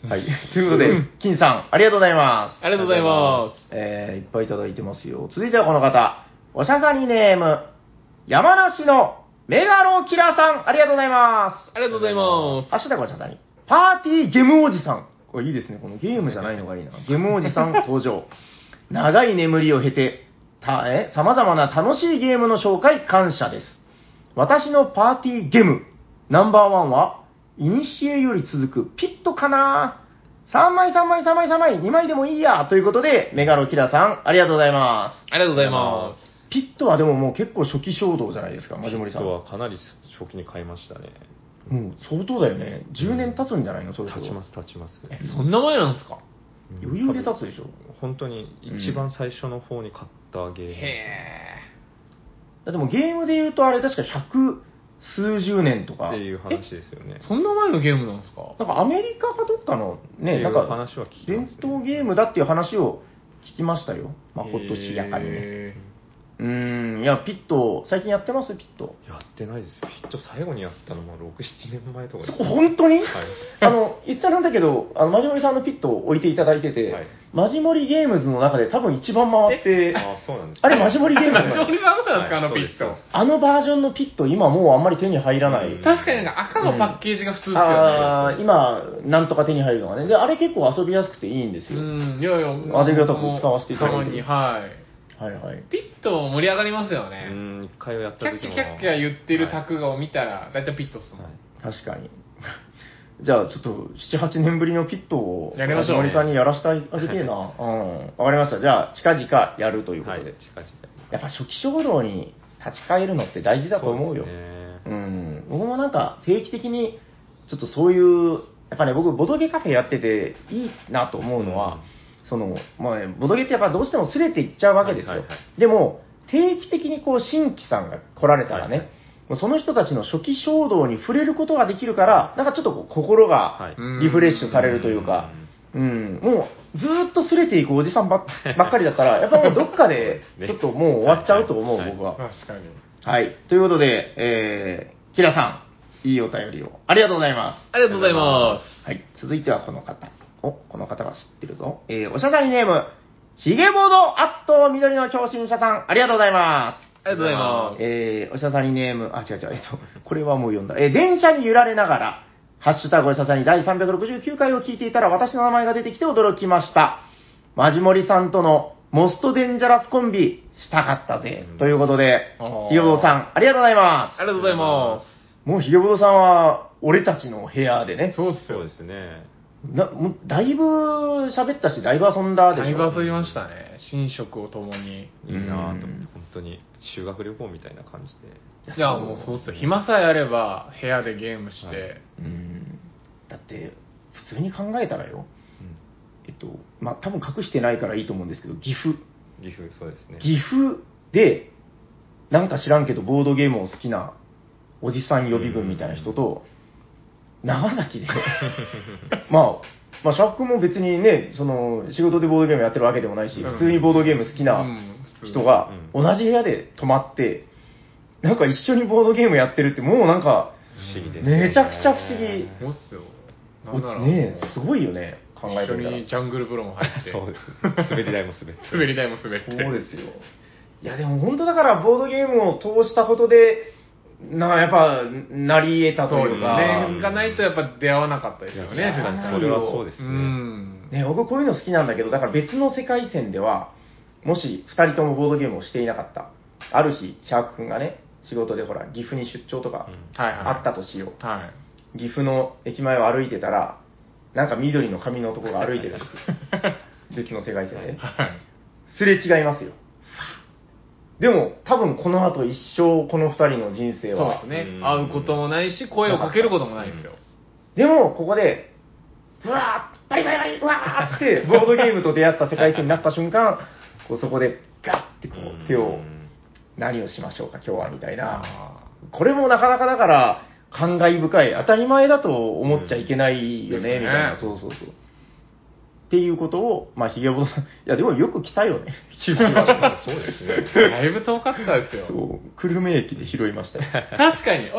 はい。ということで、金さん、ありがとうございます。 ありがとうございまいっぱいいただいてますよ。続いてはこの方、おしゃさにネーム、山梨のメガロキラーさん、ありがとうございます。 す。ありがとうございます。 ハッシュタグおしゃさに、パーティーゲームおじさん。これいいですね。このゲームじゃないのがいいな。ゲームおじさん登場。長い眠りを経て、様々な楽しいゲームの紹介感謝です。私のパーティーゲーム、ナンバーワンは、イニシエより続くピットかな3枚、2枚でもいいやということで、メガロキラさん、ありがとうございます。 ありがとうございます。 ピットはでももう結構初期衝動じゃないですか、マジモリさん。 ピットはかなり初期に買いましたね。 もう相当だよね。10年経つんじゃないの、それ経ちます。 そんな前なんですか？ 余裕で経つでしょ。 本当に一番最初の方に買ったゲームですね。 だってもうゲームで言うとあれ確か100数十年とか。 っていう話ですよね。 そんな前のゲームなんですか？ なんかアメリカかどっかのね、なんか話は聞きますね。 伝統ゲームだっていう話を聞きましたよ。まことしやかにね。いや、ピット、最近やってますピット。 やってないですよ。ピット最後にやったのも6、7年前とかです。 本当に、 はい、 言っちゃなんだけど、マジモリさんのピットを置いていただいてて、はい、マジモリゲームズの中で多分一番回って、 そうなんです、ね、 あれマジモリゲームズマジモリなんですか、あのピット。 あのバージョンのピット、今もうあんまり手に入らない。 確かに赤のパッケージが普通ですよね。 今、なんとか手に入るのがね。で、あれ結構遊びやすくていいんですよ。 いやいや、 ありがたく使わせていただいて。 たまに、はい。 はいはい。 ピット盛り上がりますよね。 一回やった時もキャッキャ言ってるタクを見たら、だいたいピットっすもん。 確かに。じゃあ、ちょっと、7、8年ぶりのピットを、 やりましょう。 マジモリさんにやらせてあげてえな。わかりました。じゃあ、近々やるということで。 近々。 やっぱ初期衝動に立ち返るのって大事だと思うよ。僕もなんか、定期的に、ちょっとそういう、やっぱね、僕、ボドゲカフェやってていいなと思うのは、ボドゲってやっぱどうしても擦れていっちゃうわけですよ。でも、定期的にこう、新規さんが来られたらね、その人たちの初期衝動に触れることができるから、なんかちょっとこう心がリフレッシュされるというか、もうずーっと擦れていくおじさんばっかりだったら、やっぱもうどっかでちょっともう終わっちゃうと思う、僕は。 確かに。 はい。ということで、キラさん、いいお便りをありがとうございます。 ありがとうございます。 はい。続いてはこの方。この方が知ってるぞ。おしゃさにネーム、ひげぼどアット緑の共振者さん、ありがとうございます。 ありがとうございます。 おしゃさにネーム、これはもう読んだ。電車に揺られながら、ハッシュタグおしゃさに第369回を聞いていたら私の名前が出てきて驚きました。マジモリさんとのモストデンジャラスコンビしたかったぜ。ということで、ひげぼどさん、ありがとうございます。 ありがとうございます。 もうひげぼどさんは、俺たちの部屋でね。 そうですね。 もうだいぶ喋ったし、だいぶ遊んだでしょ。 だいぶ遊びましたね。寝食を共に。 いいなぁと思って、本当に修学旅行みたいな感じで。 いや、もうそうっすよ。暇さえあれば、部屋でゲームして。 だって、普通に考えたらよ。多分隠してないからいいと思うんですけど、岐阜、 そうですね。 岐阜で、なんか知らんけど、ボードゲームを好きなおじさん予備軍みたいな人と、長崎で、シャークも別にね、仕事でボードゲームやってるわけでもないし、普通にボードゲーム好きな人が同じ部屋で泊まって、なんか一緒にボードゲームやってるって、もうなんか、 不思議ですね。 めちゃくちゃ不思議。 そうっすよ。 ねえ、すごいよね、考えてみたら。 一緒にジャングル風呂も入って。 そうです。滑り台も滑って。 滑り台も滑って。 そうですよ。いや、でも本当だからボードゲームを通したことで、やっぱ、なり得たというか。 ね、がないとやっぱ出会わなかったですよね、 それはそうですね。 僕こういうの好きなんだけど、だから別の世界線では、もし2人ともボードゲームをしていなかった。ある日、シャーク君がね、仕事でほら、岐阜に出張とか、あったとしよう。岐阜の駅前を歩いてたら、なんか緑の髪の男が歩いてるんですよ。別の世界線で。すれ違いますよ。でも、多分この後一生この二人の人生は。 そうですね。会うこともないし、声をかけることもないんですよ。 でも、ここで、うわー、バリバリバリ、うわーって、ボードゲームと出会った世界線になった瞬間、そこでガッてこう手を、何をしましょうか、今日は、みたいな。これもなかなかだから、感慨深い、当たり前だと思っちゃいけないよね、みたいな。そう。っていうことを、ひげぼどさん、いや、でもよく来たよね。 そうですね。 だいぶ遠かったですよ。 そう、久留米駅で拾いましたよ。 確かに。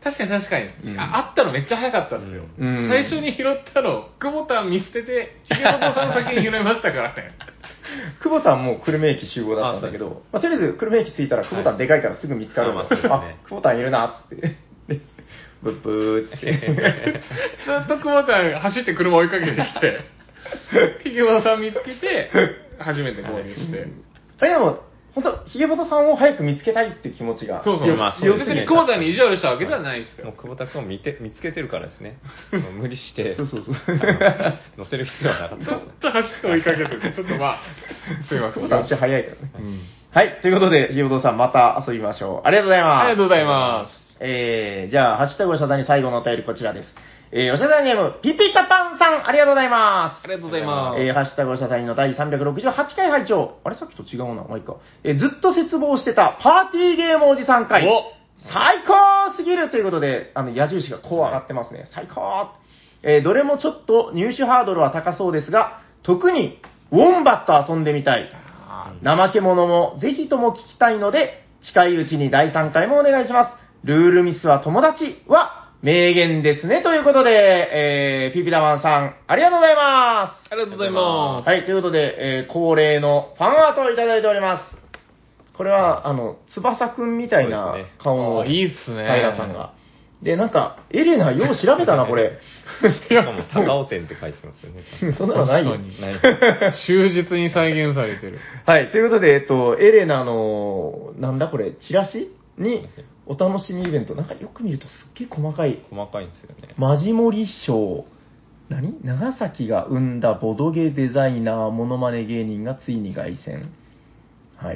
確かに確かに、 うんあったのめっちゃ早かったんですよ。 うん最初に拾ったの、久保田見捨てて、ひげもとさん先に拾いましたからね。 久保田も久留米駅集合だったんだけど、まあ、とりあえず久留米駅着いたら久保田でかいからすぐ見つかるんですけど、 はいあ、久保田いるなっつって。でブッブーっつって。 ずっと久保田走って車追いかけてきて、ひげもとさん見つけて、初めて合流して。 あれでも、本当ひげぼとさんを早く見つけたいっていう気持ちがそうそう、 まあ別に久保田に意地悪したわけではないですよ。 もう久保田君を見つけてるからですね。もう無理して、 そうそうそう。 乗せる必要はなかったずっです。 と走って追いかけてて、ちょっとまあ、すいません。 久保田足早いからね。 うんはい、ということで、ひげぼとさんまた遊びましょう。ありがとうございます。 ありがとうございます。 じゃあ、ハッシュタグおしゃさんに最後のお便りこちらです。おしゃさんネーム、ピピタパンさん、ありがとうございます。 ありがとうございます。 ハッシュタグおしゃさんの第368回拝聴。あれさっきと違うな。まあいいか。ずっと絶望してたパーティーゲームおじさん会。 お最高すぎるということで、矢印がこう上がってますね。最高。どれもちょっと入手ハードルは高そうですが、特にウォンバット遊んでみたい。怠け者もぜひとも聞きたいので、近いうちに第3回もお願いします。ルールミスは友達は名言ですね。ということで、ピピタマンさん、ありがとうございます。 ありがとうございます。 はい、ということで、恒例のファンアートをいただいております。これは、翼くんみたいな顔の、 いいっすね。 平さんが。で、なんか、エレナ、よう調べたな、これ。 しかも、高尾店って書いてますよね。ちゃんとそんなのないよ。 確かない忠実に再現されてる。 はい、ということで、エレナの、なんだこれ、チラシに、お楽しみイベント、なんかよく見るとすっげえ細かい、 細かいんですよね。 マジモリ賞、長崎が生んだボドゲデザイナー、モノマネ芸人がついに凱旋。はい。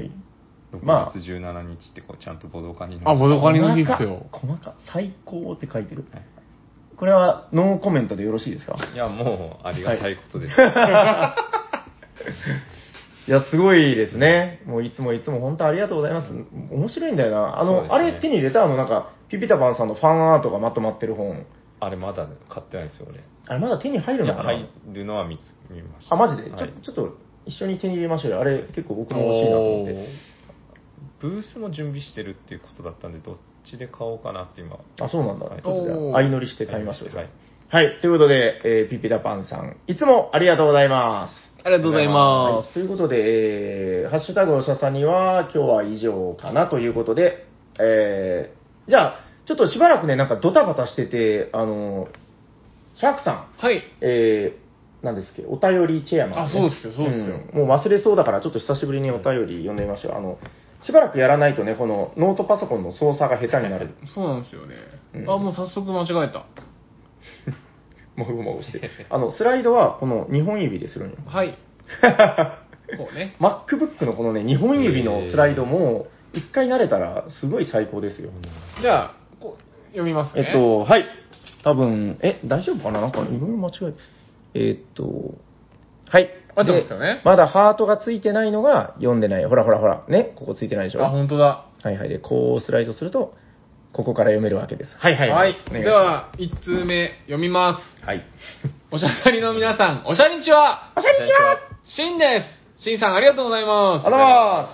6月17日ってこうちゃんとボドカニの。 あ、ボドカニの日っすよ。 細か、最高って書いてる。これはノーコメントでよろしいですか？ いや、もう、ありがたいことです。 いや、すごいですね。もういつも本当ありがとうございます。面白いんだよな。 そうですねあれ手に入れたなんか、ピピタパンさんのファンアートがまとまってる本。 あれまだ買ってないんですよ、俺。 あれまだ手に入るいや、 のかな？ 入るのは見ました。 あ、マジで、 はいちょっと一緒に手に入れましょうよ。あれ結構僕も欲しいなと思って。 ブースも準備してるっていうことだったんで、どっちで買おうかなって今。 あ、そうなんだ。 はいちょっとじゃおーあ相乗りして買いましょう。 はい。 はい。ということで、ピピタパンさん、いつもありがとうございます。 ありがとうございまはいということで、ハッシュタグおしゃさには今日は以上かなということで、じゃあ、ちょっとしばらくね、なんかドタバタしてて、100さす。はい。 ん、なんですっけ、お便りチェアマン、ね。 あそうっすよそうっすよもう忘れそうだから、ちょっと久しぶりにお便り読んでみましょう。しばらくやらないとね、このノートパソコンの操作が下手になる。 そうなんですよね。 うんあ、もう早速間違えた。 もぐもぐして。スライドはこの2本指でするんよ。 はい。こうね。 MacBook のこのね、2本指のスライドも、1回慣れたらすごい最高ですよ。 じゃあ、こう読みますね。 はい。多分、大丈夫かななんかいろいろ間違えはい。 合ってますよねでまだハートがついてないのが読んでない。ほらほらほら。ね、ここついてないでしょ。 あ、本当だ。 はいはい。で、こうスライドすると、ここから読めるわけです。はいはい。 はい。 お願いしますでは、1通目読みます。 はい。 おしゃさりの皆さん、おしゃにちは。 おしゃにちはしんです。しんさん、ありがとうございます。 ありが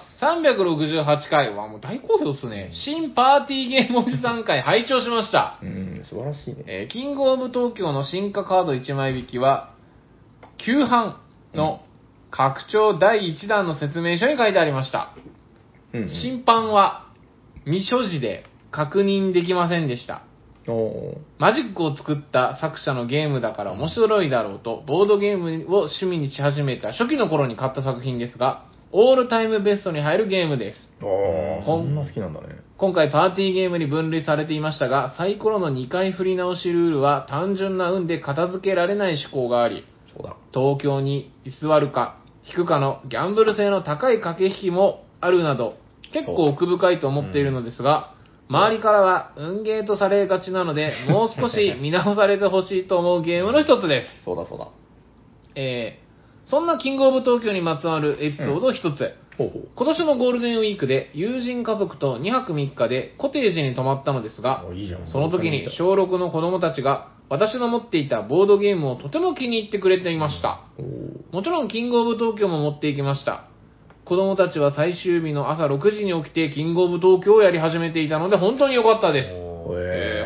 368回はもう大好評ですね。新パーティーゲームおじさん会拝聴しました。 とうございます。素晴らしいね。 キングオブ東京の新化カード1枚引きは、旧版の拡張第1弾の説明書に書いてありました。 うん、 新版は未所持で確認できませんでした。 おーマジックを作った作者のゲームだから面白いだろうと、ボードゲームを趣味にし始めた初期の頃に買った作品ですが、オールタイムベストに入るゲームです。 そんな好きなんだね。 今回パーティーゲームに分類されていましたが、サイコロの2回振り直しルールは単純な運で片付けられない思考があり、 そうだ。 東京に居座るか、引くかのギャンブル性の高い駆け引きもあるなど、結構奥深いと思っているのですが、周りからは運ゲーとされがちなので、もう少し見直されてほしいと思うゲームの一つです。 そうだそうだ。 そんなキングオブ東京にまつわるエピソードを一つ。 ほうほう。 今年のゴールデンウィークで友人家族と2泊3日でコテージに泊まったのですが、 いいじゃんその時に小6の子供たちが私の持っていたボードゲームをとても気に入ってくれていました。 おーもちろんキングオブ東京も持っていきました。子供たちは最終日の朝6時に起きてキングオブ東京をやり始めていたので本当に良かったです。 おー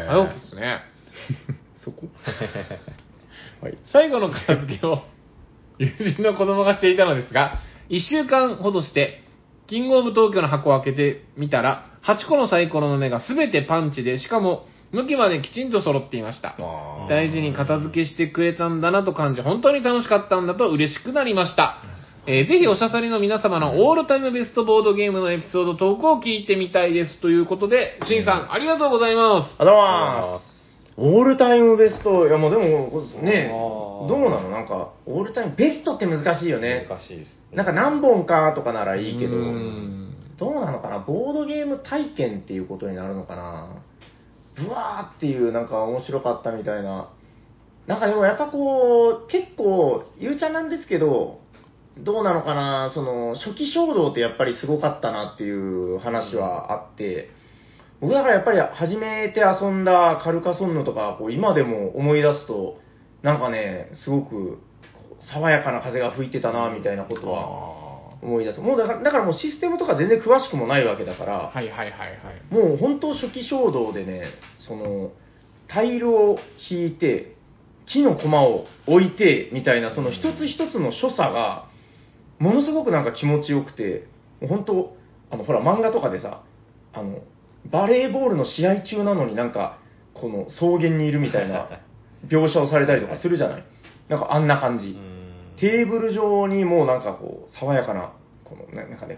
早起きっすね。 そこはい。 最後の片付けを友人の子供がしていたのですが、1週間ほどして、キングオブ東京の箱を開けてみたら、8個のサイコロの目が全てパンチで、しかも、向きまできちんと揃っていました。大事に片付けしてくれたんだなと感じ、本当に楽しかったんだと嬉しくなりました。ぜひおしゃさりの皆様のオールタイムベストボードゲームのエピソードトークを聞いてみたいですということで、シンさん、ありがとうございます。 ありがとうございます。オールタイムベスト、いやもうでもね、どうなのなんか、オールタイムベストって難しいよね。 難しいです、ね。 なんか何本かとかならいいけど、どうなのかなボードゲーム体験っていうことになるのかなブワーっていうなんか面白かったみたいな。なんかでもやっぱこう、結構、ゆうちゃんなんですけど、どうなのかなその、初期衝動ってやっぱりすごかったなっていう話はあって、僕だからやっぱり初めて遊んだカルカソンヌとか、こう今でも思い出すと、なんかね、すごく爽やかな風が吹いてたなみたいなことは思い出す。もうだからもうシステムとか全然詳しくもないわけだから、 はいはいはいはい。 もう本当初期衝動でね、その、タイルを引いて、木の駒を置いて、みたいな、その一つ一つの所作が、ものすごくなんか気持ちよくて、もう本当、ほら漫画とかでさ、バレーボールの試合中なのになんか、この草原にいるみたいな描写をされたりとかするじゃない。なんかあんな感じ。テーブル上にもうなんかこう、爽やかな、この、なんかね、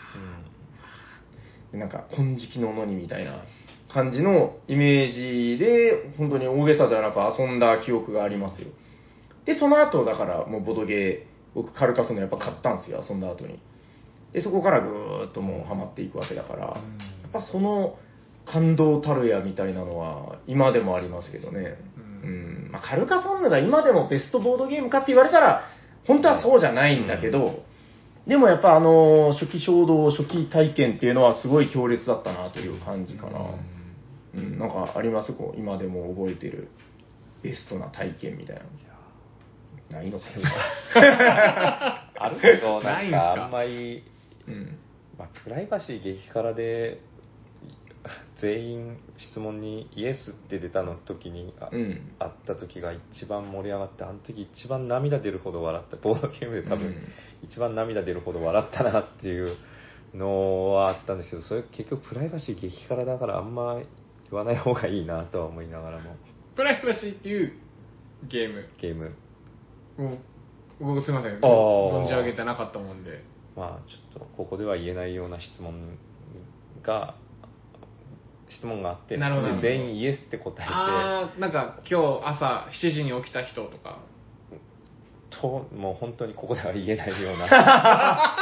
なんか金色の野にみたいな感じのイメージで、本当に大げさじゃなく遊んだ記憶がありますよ。で、その後、だからもうボドゲー、僕カルカソンヌやっぱ買ったんですよ、遊んだ後に。で、そこからぐーっともうハマっていくわけだから、やっぱその感動たるやみたいなのは今でもありますけどね。まあ、カルカソンヌが今でもベストボードゲームかって言われたら、本当はそうじゃないんだけど、でもやっぱ初期衝動、初期体験っていうのはすごい強烈だったなという感じかな。なんかありますこう今でも覚えてるベストな体験みたいな。ないのかなあるけど、なんかあんまり、まあ、プライバシー激辛で、全員質問にイエスって出たの時にあった時が一番盛り上がって、あの時一番涙出るほど笑った、ボードゲームで多分一番涙出るほど笑ったなっていうのはあったんですけど、それ結局プライバシー激辛だからあんま言わない方がいいなとは思いながらも。 プライバシーっていうゲーム僕すいません、存じ上げてなかったもんで。 まあちょっとここでは言えないような質問があって、全員イエスって答えて、 なんか今日朝7時に起きた人とかもう本当にここでは言えないような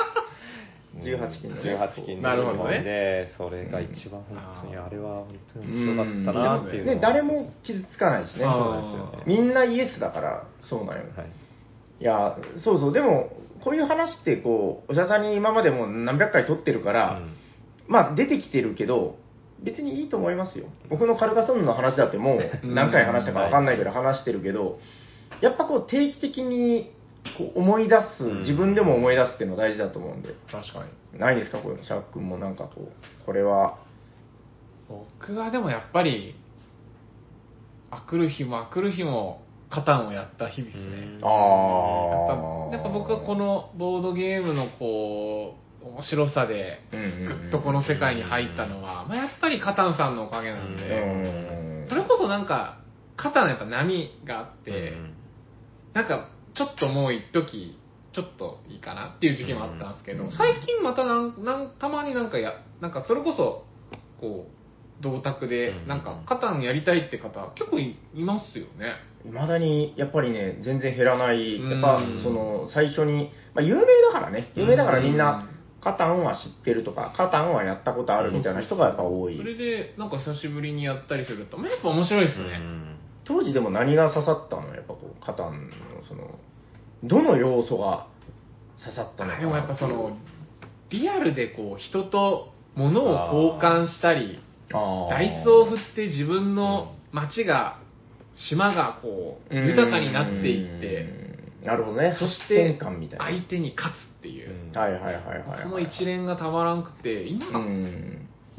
18金の質問で、それが一番本当にあれは本当に面白かったなっていうのは、 誰も傷つかないしね。 そうですよね。 みんなイエスだからそうなんよ。いや、そうそう、でも、こういう話って、こう、おしゃさんに今までも何百回撮ってるから、まあ、出てきてるけど、別にいいと思いますよ。僕のカルカソンヌの話だってもう、何回話したか分かんないぐらい話してるけど、やっぱこう、定期的にこう思い出す、自分でも思い出すっていうのは大事だと思うんで。 確かに。 ないですか、こういうの、シャーク君もなんかこう、これは。 僕はでもやっぱり、あくる日も、カタンをやった日々ですね。やっぱ僕はこのボードゲームのこう面白さでぐっとこの世界に入ったのは、まあ、やっぱりカタンさんのおかげなんで、それこそなんかカタンのやっぱ波があって、なんかちょっともう一時ちょっといいかなっていう時期もあったんですけど、最近またたまになんかそれこそこう同卓でなんかカタンやりたいって方結構いますよね。 未だにやっぱりね全然減らない。やっぱその最初に、まあ、有名だからみんなカタンは知ってるとかカタンはやったことあるみたいな人がやっぱ多い。 それでなんか久しぶりにやったりするとやっぱ面白いですね。 当時でも何が刺さったのやっぱこうカタンのそのどの要素が刺さったのかな。 でもやっぱそのリアルでこう人と物を交換したりダイスを振って自分の街が島がこう豊かになっていってなるほどね。 そして相手に勝つっていうその一連がたまらんくて今も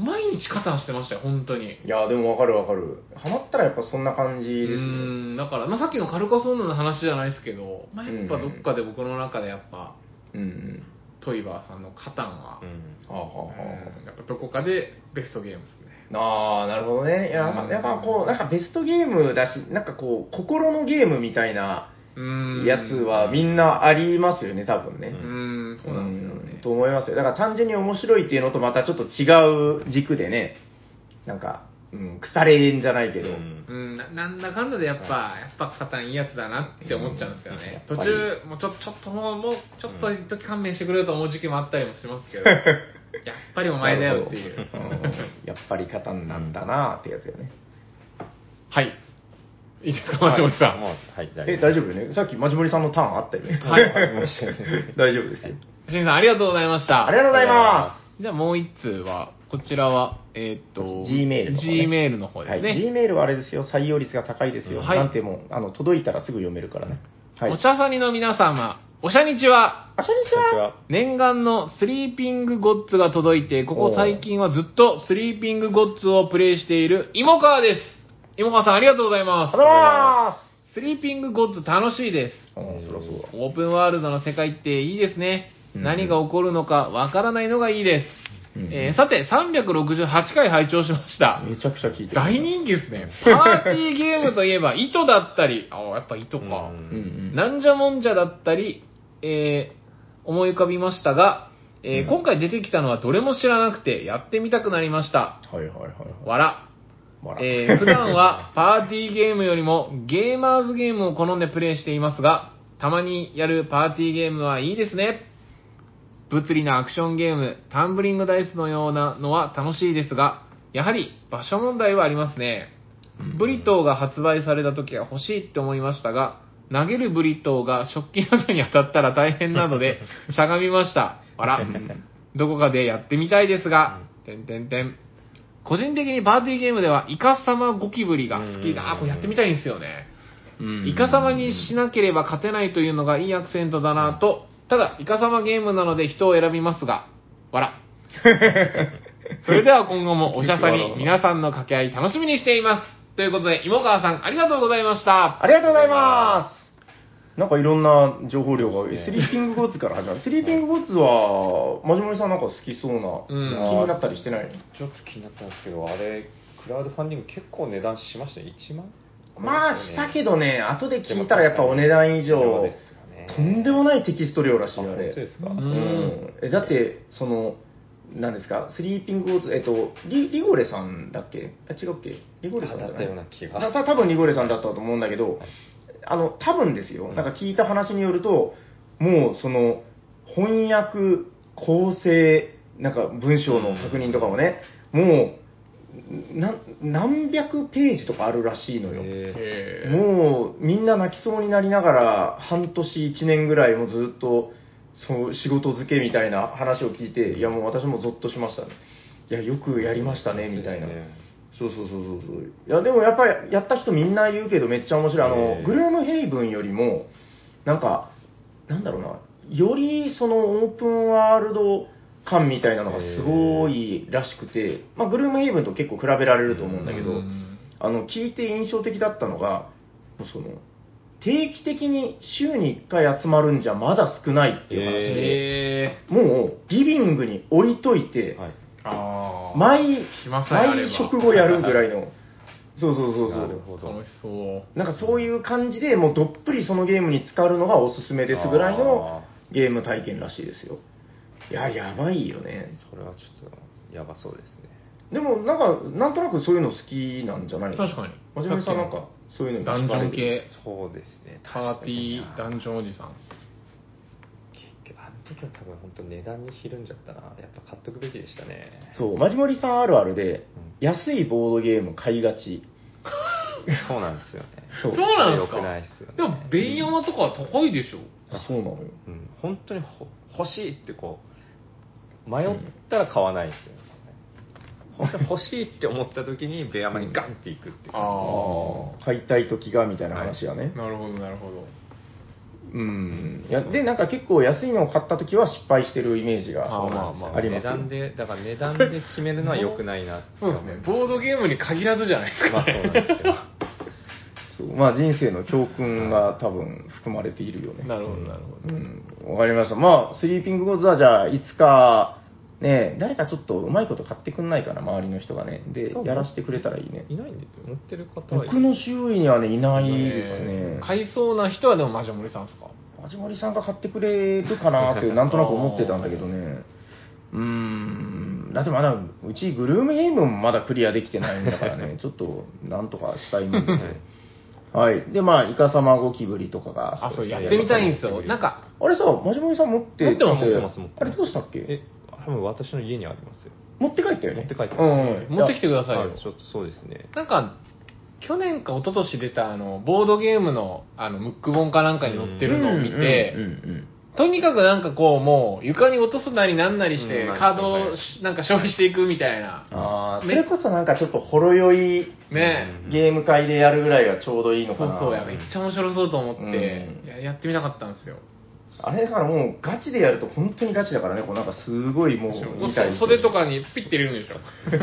毎日加担してましたよ、本当に。 いや、でもわかるわかる。ハマったらやっぱそんな感じですね。 だから、まあ、さっきのカルカソンヌの話じゃないですけど、まあ、やっぱどっかで僕の中でやっぱ、トイバーさんのカタンは、やっぱどこかでベストゲームですね。 ああ、なるほどね。いや、やっぱこう、なんかベストゲームだし、なんかこう、心のゲームみたいなやつはみんなありますよね、多分ね。 そうなんですよね。 と思いますよ。だから単純に面白いっていうのとまたちょっと違う軸でね、なんか、腐れんじゃないけど。 なんだかんだでやっぱカタンいいやつだなって思っちゃうんですよね。途中、もうちょっと一時勘弁してくれよと思う時期もあったりもしますけど、やっぱりお前だよっていう。 やっぱりカタンなんだなってやつよね。 はい。いいですか、マジモリさん。 はい、 大丈夫よね。さっきマジモリさんのターンあったよね。 はい。 大丈夫ですよ。 清水さん、ありがとうございました。 ありがとうございます。 じゃあもう一通は、こちらは、Gmail の方ですね。 Gmail はあれですよ、採用率が高いですよ。 はい。 なんても届いたらすぐ読めるからね。 はい。お茶さにの皆様、おしゃにちは。 おしゃにちは。 念願のスリーピングゴッツが届いて、ここ最近はずっとスリーピングゴッツをプレイしている芋川です。芋川さんありがとうございます。 ありがとうございます。 スリーピングゴッツ楽しいです。 そりゃそうだ。 オープンワールドの世界っていいですね。何が起こるのかわからないのがいいです。さて、368回拝聴しました。 めちゃくちゃ聞いてる。 大人気ですね。パーティーゲームといえば、糸だったり、やっぱ糸か。なんじゃもんじゃだったり、思い浮かびましたが、今回出てきたのはどれも知らなくて、やってみたくなりました。わら。普段はパーティーゲームよりもゲーマーズゲームを好んでプレイしていますが、たまにやるパーティーゲームはいいですね。物理のアクションゲーム、タンブリングダイスのようなのは楽しいですが、やはり場所問題はありますね。ブリトーが発売された時は欲しいって思いましたが、投げるブリトーが食器などに当たったら大変なので、しゃがみました。あら、どこかでやってみたいですが、個人的にパーティーゲームではイカサマゴキブリが好きだ。これやってみたいんですよね。イカサマにしなければ勝てないというのがいいアクセントだなと。ただ、イカサマゲームなので人を選びますが、わら。それでは今後もおしゃさに皆さんの掛け合い楽しみにしています。ということで、芋川さんありがとうございました。 ありがとうございます。なんかいろんな情報量が、スリーピングゴッツから始まる。スリーピングゴッツは、マジモリさんなんか好きそうな、気になったりしてないの？ ちょっと気になったんですけど、あれ、クラウドファンディング結構値段しましたね。1万？ まあ、したけどね、後で聞いたらやっぱお値段以上、とんでもないテキスト量らしいよ、あれ。 本当ですか？ だって、何ですか、スリーピングゴッツ、リゴレさんだっけ？違うっけ？リゴレさんだったような気が。多分リゴレさんだったと思うんだけど、多分ですよ、なんか聞いた話によると、もう翻訳、構成、なんか文章の確認とかもね、もう、何百ページとかあるらしいのよ。もうみんな泣きそうになりながら半年1年ぐらいもずっと仕事漬けみたいな話を聞いて、いやもう私もゾッとしましたね。いやよくやりましたねみたいな。そう。いやでもやっぱりやった人みんな言うけどめっちゃ面白い。グルームヘイブンよりもなんかなんだろうな、よりオープンワールド感みたいなのがすごいらしくて、まあ、グルームヘイブンと結構比べられると思うんだけど、聞いて印象的だったのが、定期的に週に1回集まるんじゃまだ少ないっていう話で、もうリビングに置いといて、毎食後やるぐらいの、そう。 なるほど。楽しそう。 なんかそういう感じで、もうどっぷりそのゲームに浸かるのがおすすめですぐらいのゲーム体験らしいですよ。いや、やばいよね。 それはちょっと、やばそうですね。 でも、なんとなくそういうの好きなんじゃないの？ 確かに。 まじめさんなんか、そういうのにダンジョン系。 そうですね。 パーティーダンジョンおじさん。 結局、あの時は多分本当値段にひるんじゃったな。やっぱ買っとくべきでしたね。 そう、まじもりさんあるあるで、安いボードゲーム買いがち。 そうなんですよね。 そうなんですか？ 良くないですよね。 でも、ベンヤマとかは高いでしょ？ そうなのよ。 本当に欲しいって迷ったら買わないですよね。本当に欲しいって思った時にベアマにガンっていくっていう。 買いたい時がみたいな話やね。 なるほど。 いやで、なんか結構安いのを買ったときは失敗してるイメージがありますよ。 だから値段で決めるのは良くないなってそうですね。ボードゲームに限らずじゃないですか。 まあそうなんですけど。 そうまあ人生の教訓が多分含まれているよね。 なるほど、なるほど。 わかりました。まあ、スリーピングゴーズはじゃあ、いつか、ね、誰かちょっとうまいこと買ってくんないかな、周りの人がね。で、やらせてくれたらいいね。 いないんで、持ってる方は僕の周囲にはね、いないですね。 買いそうな人はでもマジモリさんですか？ マジモリさんが買ってくれるかなって、なんとなく思ってたんだけどね。だってまだ、うちグルームヘイブンもまだクリアできてないんだからね、ちょっと、なんとかしたいもんですよ。はい。で、まあ、イカサマゴキブリとかが。 そう、やってみたいんですよ。なんか、 あれさ、マジモリさん持ってます。 あれどうしたっけ？ 多分私の家にありますよ。 持って帰ったよね。 持って帰ってます。 持ってきてくださいよ。 ちょっとそうですね。 なんか、去年か一昨年出たボードゲームのムック本かなんかに載ってるのを見て、とにかくなんかこうもう床に落とすなりなんなりしてカードをなんか消費していくみたいな。 それこそなんかちょっとほろ酔いゲーム会でやるぐらいがちょうどいいのかな。 そう、めっちゃ面白そうと思ってやってみたかったんですよ。 あれだからもうガチでやると本当にガチだからね、こうなんかすごいもう袖とかにピッて入れるんでしょ。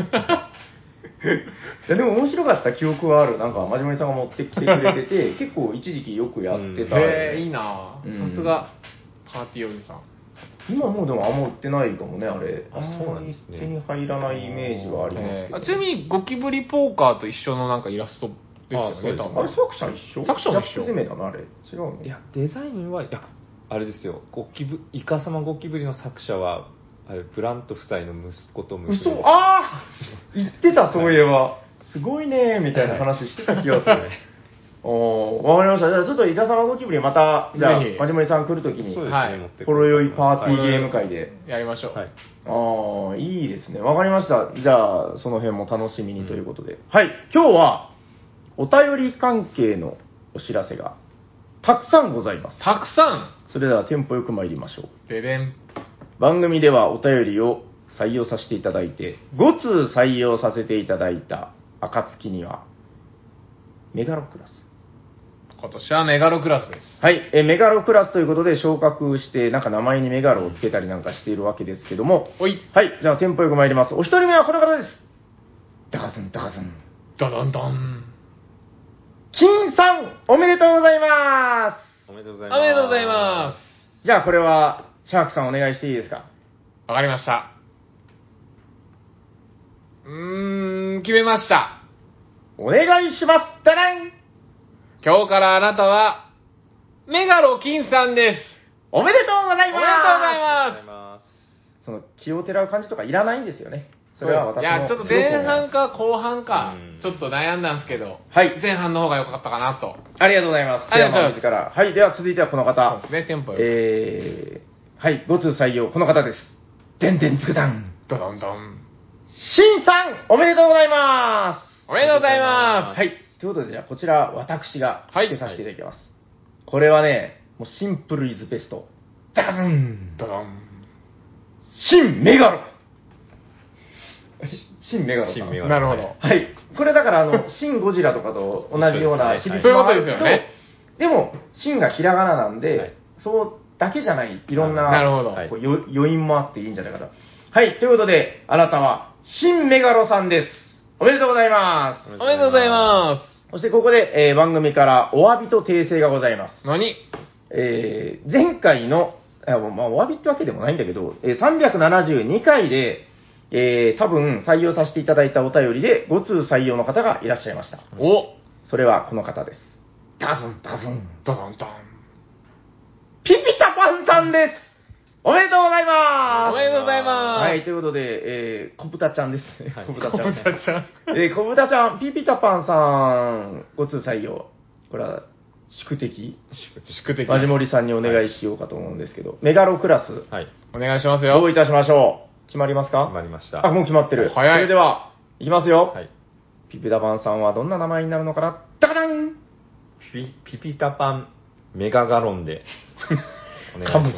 いやでも面白かった記憶はある。なんかマジモリさんが持ってきてくれてて結構一時期よくやってた。 いいなぁ。さすがパーティーおじさん。 今もうでもあんま売ってないかもね、あれ。 そうなんですね。 手に入らないイメージはありますけど。 ちなみにゴキブリポーカーと一緒のなんかイラストですよね、多分。 あれ作者一緒？ 作者も一緒。 ジャック攻めだな、あれ。違うの？ いや、デザインは、あれですよ。イカサマゴキブリの作者は、あれ、ブラント夫妻の息子と娘。 嘘、言ってた、そういえば。すごいねみたいな話してた気がする。わかりました。じゃあちょっとイカサマゴキブリまた、じゃあ、マジモリさん来るときに、 そうですね、 ほろ酔いパーティーゲーム会で。 やりましょう。 いいですね。わかりました。じゃあ、その辺も楽しみにということで。はい。今日は、お便り関係のお知らせが、たくさんございます。 たくさん。 それではテンポよく参りましょう。 ででん。 番組ではお便りを採用させていただいて、5通採用させていただいた暁には、メガロクラス。 今年はメガロクラスです。 はい。メガロクラスということで昇格して、なんか名前にメガロをつけたりなんかしているわけですけども。はい。じゃあテンポよく参ります。お一人目はこの方です。ダカズン、ダカズン。 ドドンドン。 金さん、おめでとうございます。 おめでとうございます。 おめでとうございます。 じゃあこれは、シャークさんお願いしていいですか？ わかりました。決めました。 お願いします。ダラン。 今日からあなたは、メガロ金さんです。 おめでとうございます。 おめでとうございます。 その気をてらう感じとかいらないんですよね。それは私の。 いや、ちょっと前半か後半か、ちょっと悩んだんですけど、 はい。 前半の方が良かったかなと。 ありがとうございます。 ありがとうございます。 はい。では続いてはこの方。 そうですね、テンポよく。 はい。5通採用、この方です。でんでんつくだん。 ドドンドン。 しんさん、おめでとうございます。 おめでとうございます。 はい。ということで、じゃあこちら、私がはい付けさせていただきます。これはね、もうシンプルイズベスト。ダズン。 ドドン。 新メガロ。新メガロさん。 なるほど。 はい。これだから、新ゴジラとかと同じような比率もあるけど、 でも、新がひらがななんで、そうだけじゃない、いろんな、 なるほど。 余韻もあっていいんじゃないかと。はい。ということで、あなたは、新メガロさんです。おめでとうございます。 おめでとうございます。 そしてここで、番組からお詫びと訂正がございます。 何？ 前回の、まあ、お詫びってわけでもないんだけど、372回で、多分採用させていただいたお便りで5通採用の方がいらっしゃいました。それはこの方です。ダズン、ダズン、 ドドンドン。 ピピタパンさんです。おめでとうございます。 おめでとうございます。 はい、ということで、小豚ちゃんですね。小豚ちゃん。 小豚ちゃん。 小豚ちゃん、ピピタパンさん、5通採用。これは、宿敵マジモリさんにお願いしようかと思うんですけど、メガロクラス。 はい。 お願いしますよ。 どういたしましょう？決まりますか？ 決まりました。 あ、もう決まってる。 早い。 それでは、いきますよ。 はい。 ピピタパンさんはどんな名前になるのかな？ダカダン！ ピピタパンメガガロンで。お願いします。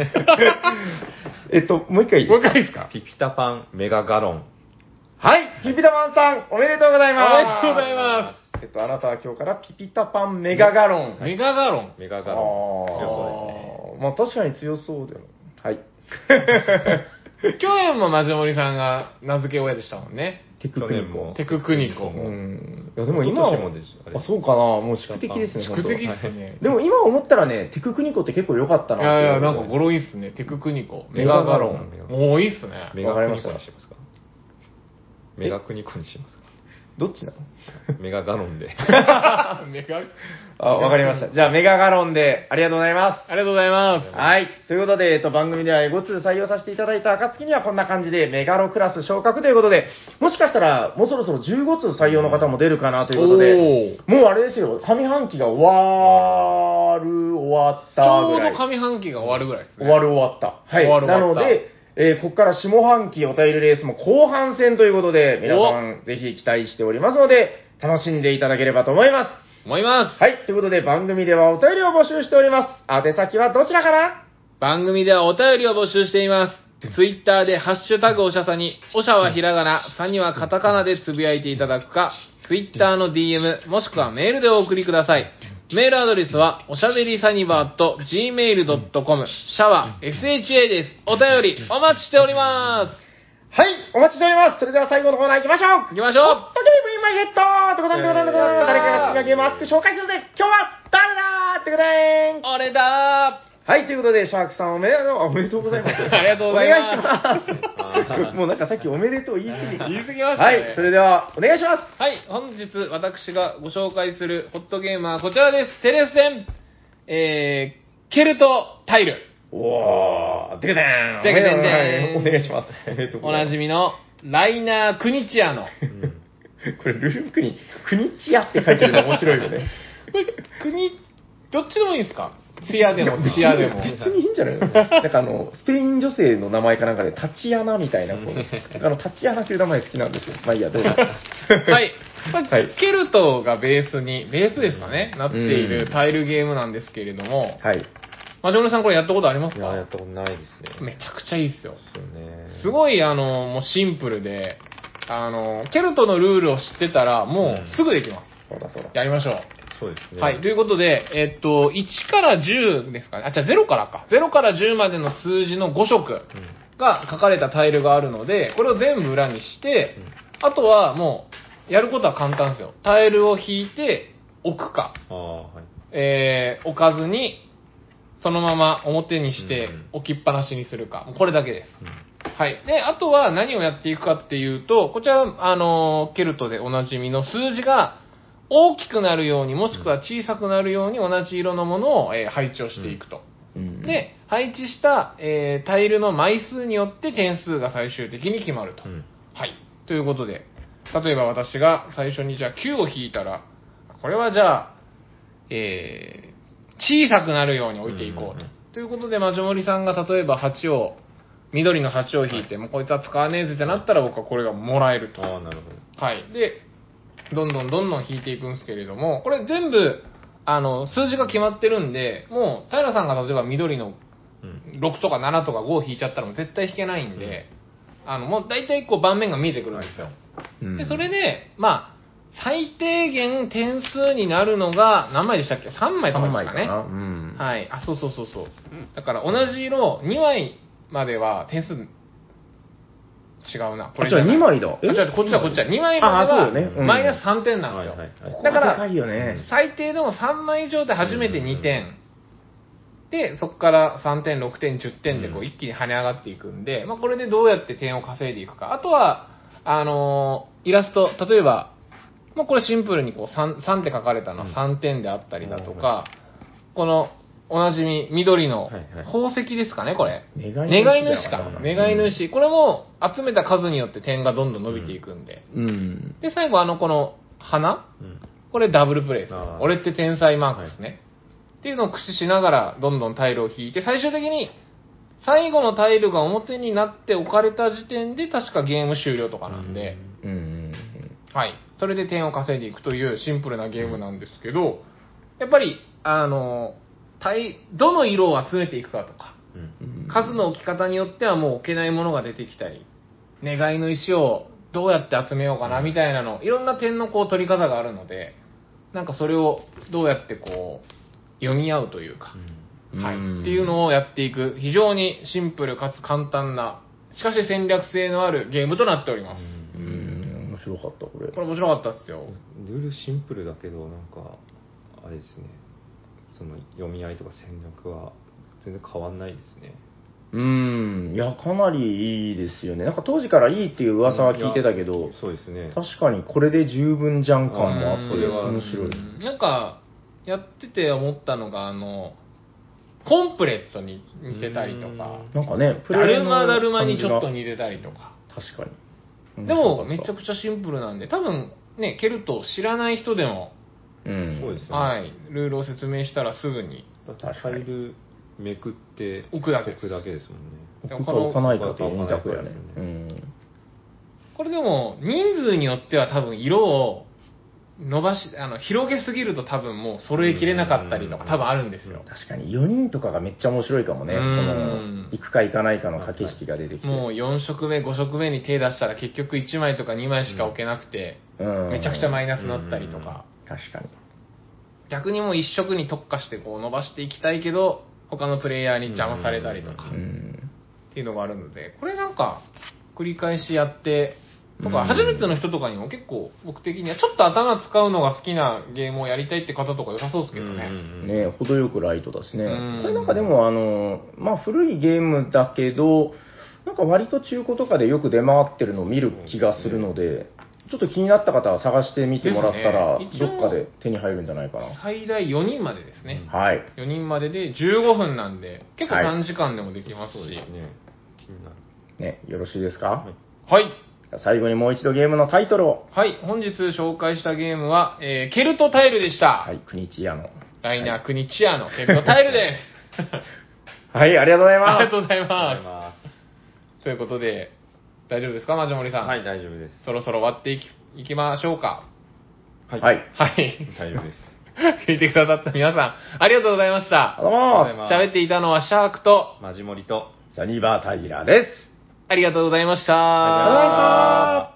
もう一回いいですか？ ピピタパンメガガロン。 はい、ピピタパンさん、おめでとうございます。 おめでとうございます。 あなたは今日からピピタパンメガガロン。 メガガロン。 メガガロン。強そうですね。 まあ確かに強そうだよ。はい。 去年もマジモリさんが名付け親でしたもんね。 テククニコ。 テククニコうも。 ん。いやでも今は、あ、そうかな。もう宿敵ですね。 宿敵っすね。 でも今思ったらね、テククニコって結構良かったな。 いやいや、なんか語呂いいっすね。テククニコ。メガガロン。もういいっすね。 メガクニコにしますか？メガクニコにしますか？ どっちなの？ メガガロンで。 メガ、 あ、わかりました。じゃあ、メガガロンで、ありがとうございます。 ありがとうございます。 はい。ということで、番組では5通採用させていただいた暁にはこんな感じで、メガロクラス昇格ということで、もしかしたら、もうそろそろ15通採用の方も出るかなということで、もうあれですよ、上半期が終わったぐらい。 ちょうど上半期が終わるぐらいですね。 終わった。はい。なので、ここから下半期お便りレースも後半戦ということで、皆さんぜひ期待しておりますので、楽しんでいただければと思います。はい。ということで、番組ではお便りを募集しております。宛先はどちらかな？ 番組ではお便りを募集しています。ツイッターでハッシュタグおしゃさに、おしゃはひらがな、さにはカタカナでつぶやいていただくか、ツイッターの DM、もしくはメールでお送りください。メールアドレスは、おしゃべりサニバー@gmail.com、シャワー、SHA です。お便り、お待ちしております。 はい、お待ちしております。それでは最後のコーナー行きましょう。 行きましょう。 ホットゲームインマイゲットってことで、誰かが好きなゲームを熱く紹介するので、今日は誰だーってくれーん。 俺だー。 はい、ということで、シャークさんおめでとうございます。 ありがとうございます。 お願いします。もうなんかさっきおめでとう言い過ぎましたね。 はい、それではお願いします。 はい、本日私がご紹介するホットゲームはこちらです。テレス戦、ケルトタイル。 おー、でけでーん。 でけでんでーん。 お願いします。 おなじみのライナー・クニチアの。 これ、ルルブクに、クニチアって書いてるの面白いよね。 これ、どっちでもいいんですか？ツヤでもチアでも。 別にいいんじゃないの？なんかスペイン女性の名前かなんかで、タチアナみたいな、タチアナという名前好きなんですよ。まあいいや、どうぞ。はい。 ケルトがベースですかね、なっているタイルゲームなんですけれども、 はい。 マジョルさんこれやったことありますか？ いや、やったことないですね。 めちゃくちゃいいっすよ。 すごい、もうシンプルで、ケルトのルールを知ってたら、もうすぐできます。 そうだそうだ。 やりましょう。 そうですね。 はい。ということで、1から10ですかね。あ、じゃあ0からか。0から10までの数字の5色が書かれたタイルがあるので、これを全部裏にして、あとはもう、やることは簡単ですよ。タイルを引いて置くか、置かずに、そのまま表にして置きっぱなしにするか。これだけです。はい。で、あとは何をやっていくかっていうと、こちら、ケルトでおなじみの数字が大きくなるように、もしくは小さくなるように同じ色のものを、配置をしていくと。で、配置した、タイルの枚数によって点数が最終的に決まると。はい。ということで、例えば私が最初にじゃあ9を引いたら、これはじゃあ、小さくなるように置いていこうと。ということで、マジョモリさんが例えば8を、緑の8を引いて、もうこいつは使わねえぜってなったら僕はこれがもらえると。 なるほど。 はい。で、どんどん引いていくんですけれども、これ全部、数字が決まってるんで、もう、平さんが例えば緑の6とか7とか5を引いちゃったらもう絶対引けないんで、もう大体こう盤面が見えてくるんですよ。で、それで、まあ、最低限点数になるのが、何枚でしたっけ？ 3 枚とかですかね。はい。あ、そう。だから同じ色2枚までは点数、違うな。 これじゃあ2枚だ。 こっちは。2枚まではマイナス3点なんですよ。だから、最低でも3枚以上で初めて2点。で、そこから3点、6点、10点でこう一気に跳ね上がっていくんで、まあこれでどうやって点を稼いでいくか。あとは、イラスト、例えば、まあこれシンプルにこう 3って書かれたのは3点であったりだとか、このおなじみ緑の宝石ですかね、これ。願い主か。願い主。これも集めた数によって点がどんどん伸びていくんで。で、最後この花、これダブルプレイです。俺って天才マークですね。っていうのを駆使しながらどんどんタイルを引いて、最終的に最後のタイルが表になって置かれた時点で確かゲーム終了とかなんで、はい。それで点を稼いでいくというシンプルなゲームなんですけど、やっぱり、どの色を集めていくかとか、数の置き方によってはもう置けないものが出てきたり、願いの石をどうやって集めようかなみたいなの、いろんな点のこう取り方があるので、 なんかそれをどうやってこう、読み合うというか、はい、っていうのをやっていく、非常にシンプルかつ簡単な、しかし戦略性のあるゲームとなっております。 面白かった、これ。 これ面白かったっすよ。 ルールシンプルだけど、なんか、あれですね、その読み合いとか戦略は全然変わんないですね。 いや、かなりいいですよね。なんか当時からいいっていう噂は聞いてたけど、 そうですね。 確かにこれで十分じゃん感もあって、 それは面白い。 なんか、やってて思ったのが、コンプレットに似てたりとか、 なんかね、 だるまだるまにちょっと似てたりとか。 確かに。 でも、めちゃくちゃシンプルなんで、多分ね、ケルト知らない人でも、 そうですね。 はい、ルールを説明したらすぐに。 ファイルめくって置くだけですもんね。 置くか置かないかっていう二択やね。 これでも、人数によっては多分色を伸ばし、広げすぎると多分もう揃えきれなかったりとか多分あるんですよ。 確かに4人とかがめっちゃ面白いかもね。この、行くか行かないかの駆け引きが出てきて。 もう4色目、5色目に手出したら結局1枚とか2枚しか置けなくて、めちゃくちゃマイナスになったりとか。 確かに。 逆にもう1色に特化してこう伸ばしていきたいけど、他のプレイヤーに邪魔されたりとか、っていうのがあるので、これなんか、繰り返しやって、とか、初めての人とかにも結構、僕的にはちょっと頭使うのが好きなゲームをやりたいって方とか良さそうですけどね。 ね、程よくライトだしね。これなんかでもまあ古いゲームだけど、なんか割と中古とかでよく出回ってるのを見る気がするので、ちょっと気になった方は探してみてもらったら、どっかで手に入るんじゃないかな。 最大4人までですね。 はい。 4人までで15分なんで、結構短時間でもできますし。 ね、気になる。 ね、よろしいですか？ はい。 最後にもう一度ゲームのタイトルを。 はい、本日紹介したゲームは、ケルトタイルでした。 はい、国チアの。 ライナー国チアのケルトタイルです。 はい、ありがとうございます。 ありがとうございます。ということで、大丈夫ですか、マジモリさん。 はい、大丈夫です。 そろそろ終わっていきましょうか。 はい。はい。 大丈夫です。 聞いてくださった皆さん、ありがとうございました。 ありがとうございます。 喋っていたのはシャークと、 マジモリと、 サニバータイラーです。 ありがとうございました。 ありがとうございました。